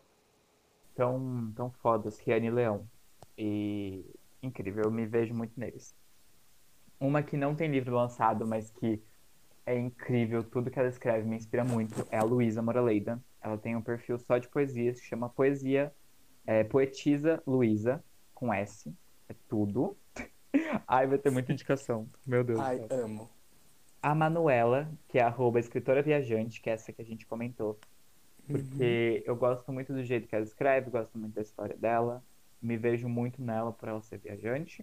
tão fodas, Riane Leão. E incrível, eu me vejo muito neles. Uma que não tem livro lançado, mas que é incrível, tudo que ela escreve me inspira muito. É a Luísa Moraleida. Ela tem um perfil só de poesia, se chama Poetisa Luísa, com S. É tudo. Ai, vai ter muita indicação. Meu Deus do
Ai,
céu.
amo.
A Manuela, que é escritora viajante, que é essa que a gente comentou.
Uhum.
Porque eu gosto muito do jeito que ela escreve, gosto muito da história dela. Me vejo muito nela por ela ser viajante.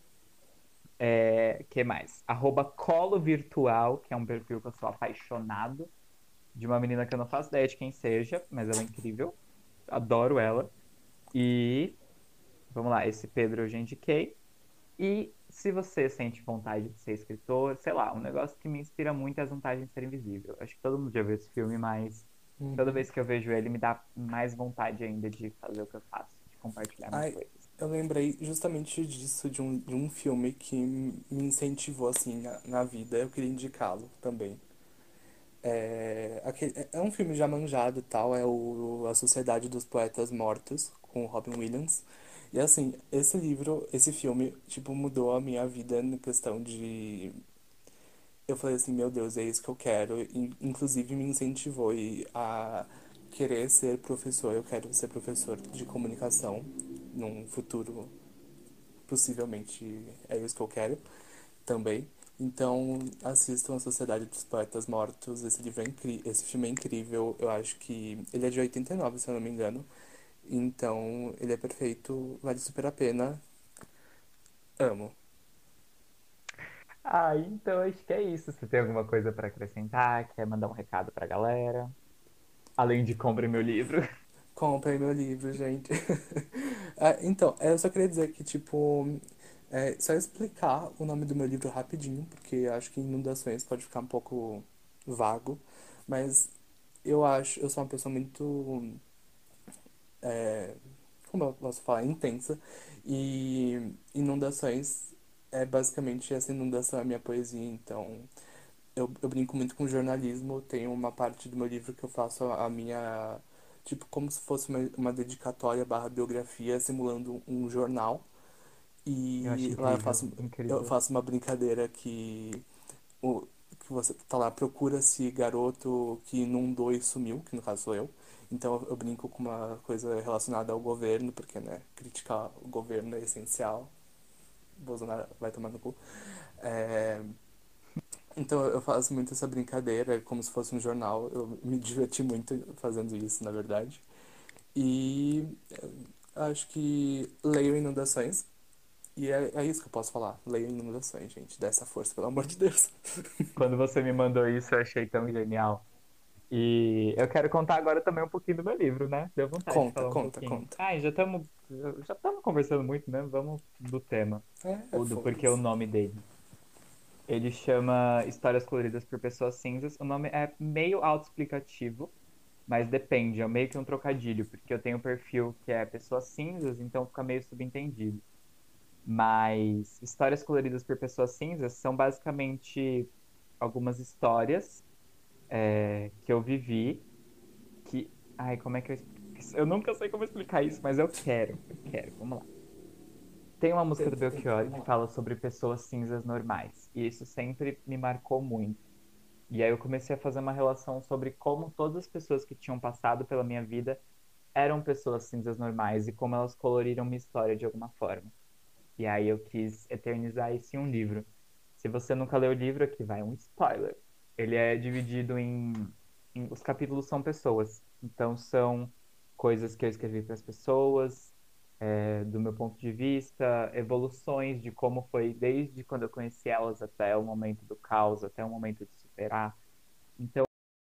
Que mais? Colo Virtual, que é um perfil que eu sou apaixonado, de uma menina que eu não faço ideia de quem seja, mas ela é incrível. Adoro ela. E vamos lá, esse Pedro eu já indiquei. E se você sente vontade de ser escritor, sei lá, um negócio que me inspira muito é As Vantagens de Ser Invisível. Acho que todo mundo já viu esse filme, mas toda
Uhum.
vez que eu vejo ele me dá mais vontade ainda de fazer o que eu faço, de compartilhar minhas
Ai,
coisas.
eu lembrei justamente disso, de um filme que me incentivou, assim, na vida. Eu queria indicá-lo também. É um filme já manjado e tal, é A Sociedade dos Poetas Mortos, com o Robin Williams. E assim, esse livro, esse filme, tipo, mudou a minha vida na questão de. Eu falei assim, meu Deus, é isso que eu quero. Inclusive me incentivou a querer ser professor. Eu quero ser professor de comunicação num futuro, possivelmente é isso que eu quero também. Então, assistam A Sociedade dos Poetas Mortos. Esse livro é esse filme é incrível. Eu acho que ele é de 89, se eu não me engano. Então, ele é perfeito, vale super a pena. Amo.
Ah, então acho que é isso. Você tem alguma coisa para acrescentar? Quer mandar um recado pra galera? Além de compre meu livro.
Comprem meu livro, gente. Ah, então, eu só queria dizer que, tipo, só explicar o nome do meu livro rapidinho, porque acho que Inundações pode ficar um pouco vago, mas eu sou uma pessoa muito, como eu posso falar, intensa, e Inundações é basicamente essa inundação é a minha poesia, então eu brinco muito com jornalismo. Tem uma parte do meu livro que eu faço a minha. Tipo, como se fosse uma dedicatória barra biografia, simulando um jornal.
Eu acho
E lá
incrível,
eu
incrível.
faço uma brincadeira o, que você tá lá, procura-se garoto que inundou e sumiu, que no caso sou eu. Então eu brinco com uma coisa relacionada ao governo, porque, né, criticar o governo é essencial. Bolsonaro vai tomar no cu. É, então eu faço muito essa brincadeira, como se fosse um jornal. Eu me diverti muito fazendo isso, na verdade. E acho que leio Inundações. E é isso que eu posso falar. Leio Inundações, gente. Dá essa força, pelo amor de Deus.
Quando você me mandou isso, eu achei tão genial. E eu quero contar agora também um pouquinho do meu livro, né? Deu vontade de
Conta,
falar um
conta,
pouquinho.
conta.
Ah, e já estamos conversando muito, né? Vamos do tema, ou do porquê o
Foda-se.
nome dele. Ele chama Histórias Coloridas por Pessoas Cinzas. O nome é meio autoexplicativo, mas depende, é meio que um trocadilho, porque eu tenho um perfil que é Pessoas Cinzas, então fica meio subentendido. Mas Histórias Coloridas por Pessoas Cinzas são basicamente algumas histórias que eu vivi que. Ai, como é que eu explico isso? Eu nunca sei como explicar isso, mas eu quero, vamos lá. Tem uma música do
Tenta, tenta,
Belchior que
vamos lá.
fala sobre pessoas cinzas normais, e isso sempre me marcou muito. E aí eu comecei a fazer uma relação sobre como todas as pessoas que tinham passado pela minha vida eram pessoas cinzas normais e como elas coloriram minha história de alguma forma. E aí eu quis eternizar isso em um livro. Se você nunca leu o livro, aqui vai um spoiler. Ele é dividido os capítulos são pessoas. Então são coisas que eu escrevi para as pessoas, do meu ponto de vista, evoluções de como foi desde quando eu conheci elas até o momento do caos, até o momento de superar. Então,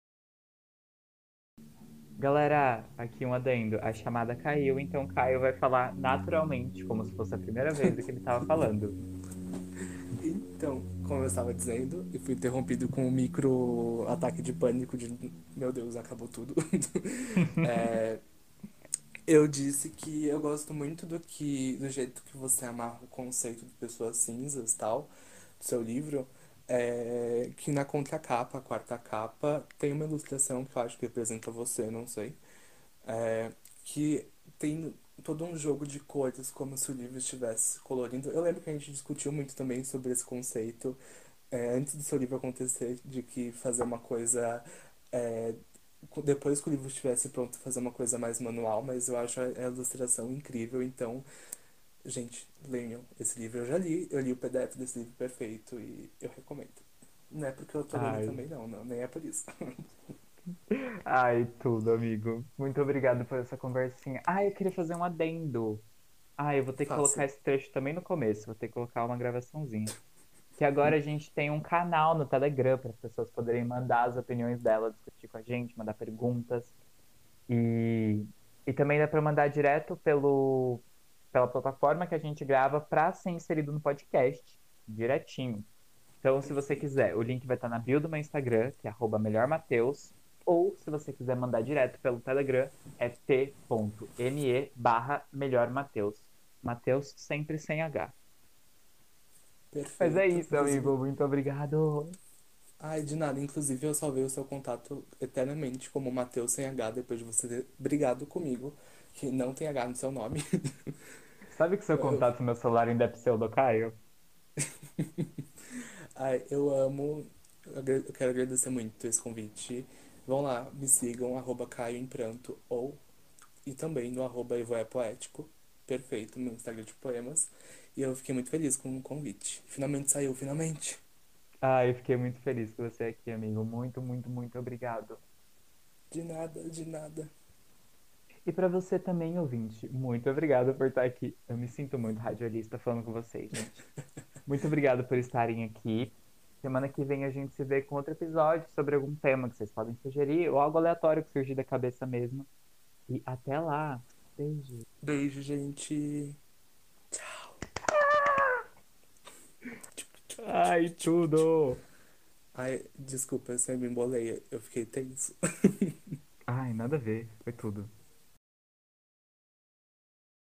galera, aqui um adendo. A chamada caiu, então Caio vai falar naturalmente, como se fosse a primeira vez que ele estava falando.
Então, como eu estava dizendo, e fui interrompido com um micro ataque de pânico de meu Deus, acabou tudo. É, eu disse que eu gosto muito do jeito que você amarra o conceito de pessoas cinzas, tal, do seu livro, que na contracapa, a quarta capa, tem uma ilustração que eu acho que representa você, não sei, que tem todo um jogo de cores, como se o livro estivesse colorindo. Eu lembro que a gente discutiu muito também sobre esse conceito, antes do seu livro acontecer, de que fazer uma coisa, é, depois que o livro estivesse pronto, fazer uma coisa mais manual, mas eu acho a ilustração incrível, então, gente, leiam esse livro. Eu já li, eu li o PDF desse livro perfeito e eu recomendo. Não é porque eu tô lendo
Ai,
também, não, não, nem é por isso.
ai, tudo, amigo. Muito obrigado por essa conversinha. Ai, eu queria fazer um adendo. Ai, eu vou ter que colocar
Faça.
esse trecho também no começo, vou ter que colocar uma gravaçãozinha. Que agora a gente tem um canal no Telegram para as pessoas poderem mandar as opiniões dela, discutir com a gente, mandar perguntas. E, e também dá para mandar direto pela plataforma que a gente grava para ser inserido no podcast, direitinho. Então, se você
Perfeito.
quiser, o link vai estar na bio do meu Instagram, que é @melhormateus, ou se você quiser mandar direto pelo Telegram, é t.me/melhormateus. Mateus sempre sem H. Mas é
Perfeito.
isso,
Inclusive,
amigo. Muito obrigado.
ai, de nada. Inclusive, eu salvei o seu contato eternamente como Matheus sem H, depois de você ter brigado comigo, que não tem H no seu nome.
Sabe que seu
Eu,
contato no meu celular ainda é pseudo-Caio?
ai, eu amo. Eu quero agradecer muito esse convite. Vão lá, me sigam, Caio em Pranto, ou e também no Evoé Poético. Perfeito, meu Instagram de poemas. E eu fiquei muito feliz com o convite. Finalmente saiu, finalmente.
Ah, eu fiquei muito feliz com você aqui, amigo. Muito, muito, muito obrigado.
De nada, de nada.
E para você também, ouvinte, muito obrigado por estar aqui. Eu me sinto muito radialista falando com vocês, gente. Muito obrigado por estarem aqui. Semana que vem a gente se vê com outro episódio sobre algum tema que vocês podem sugerir ou algo aleatório que surgir da cabeça mesmo. E até lá. Beijo.
Beijo, gente.
Ai, tudo!
Ai, desculpa, eu sempre me embolei. Eu fiquei tenso.
Ai, nada a ver. Foi tudo.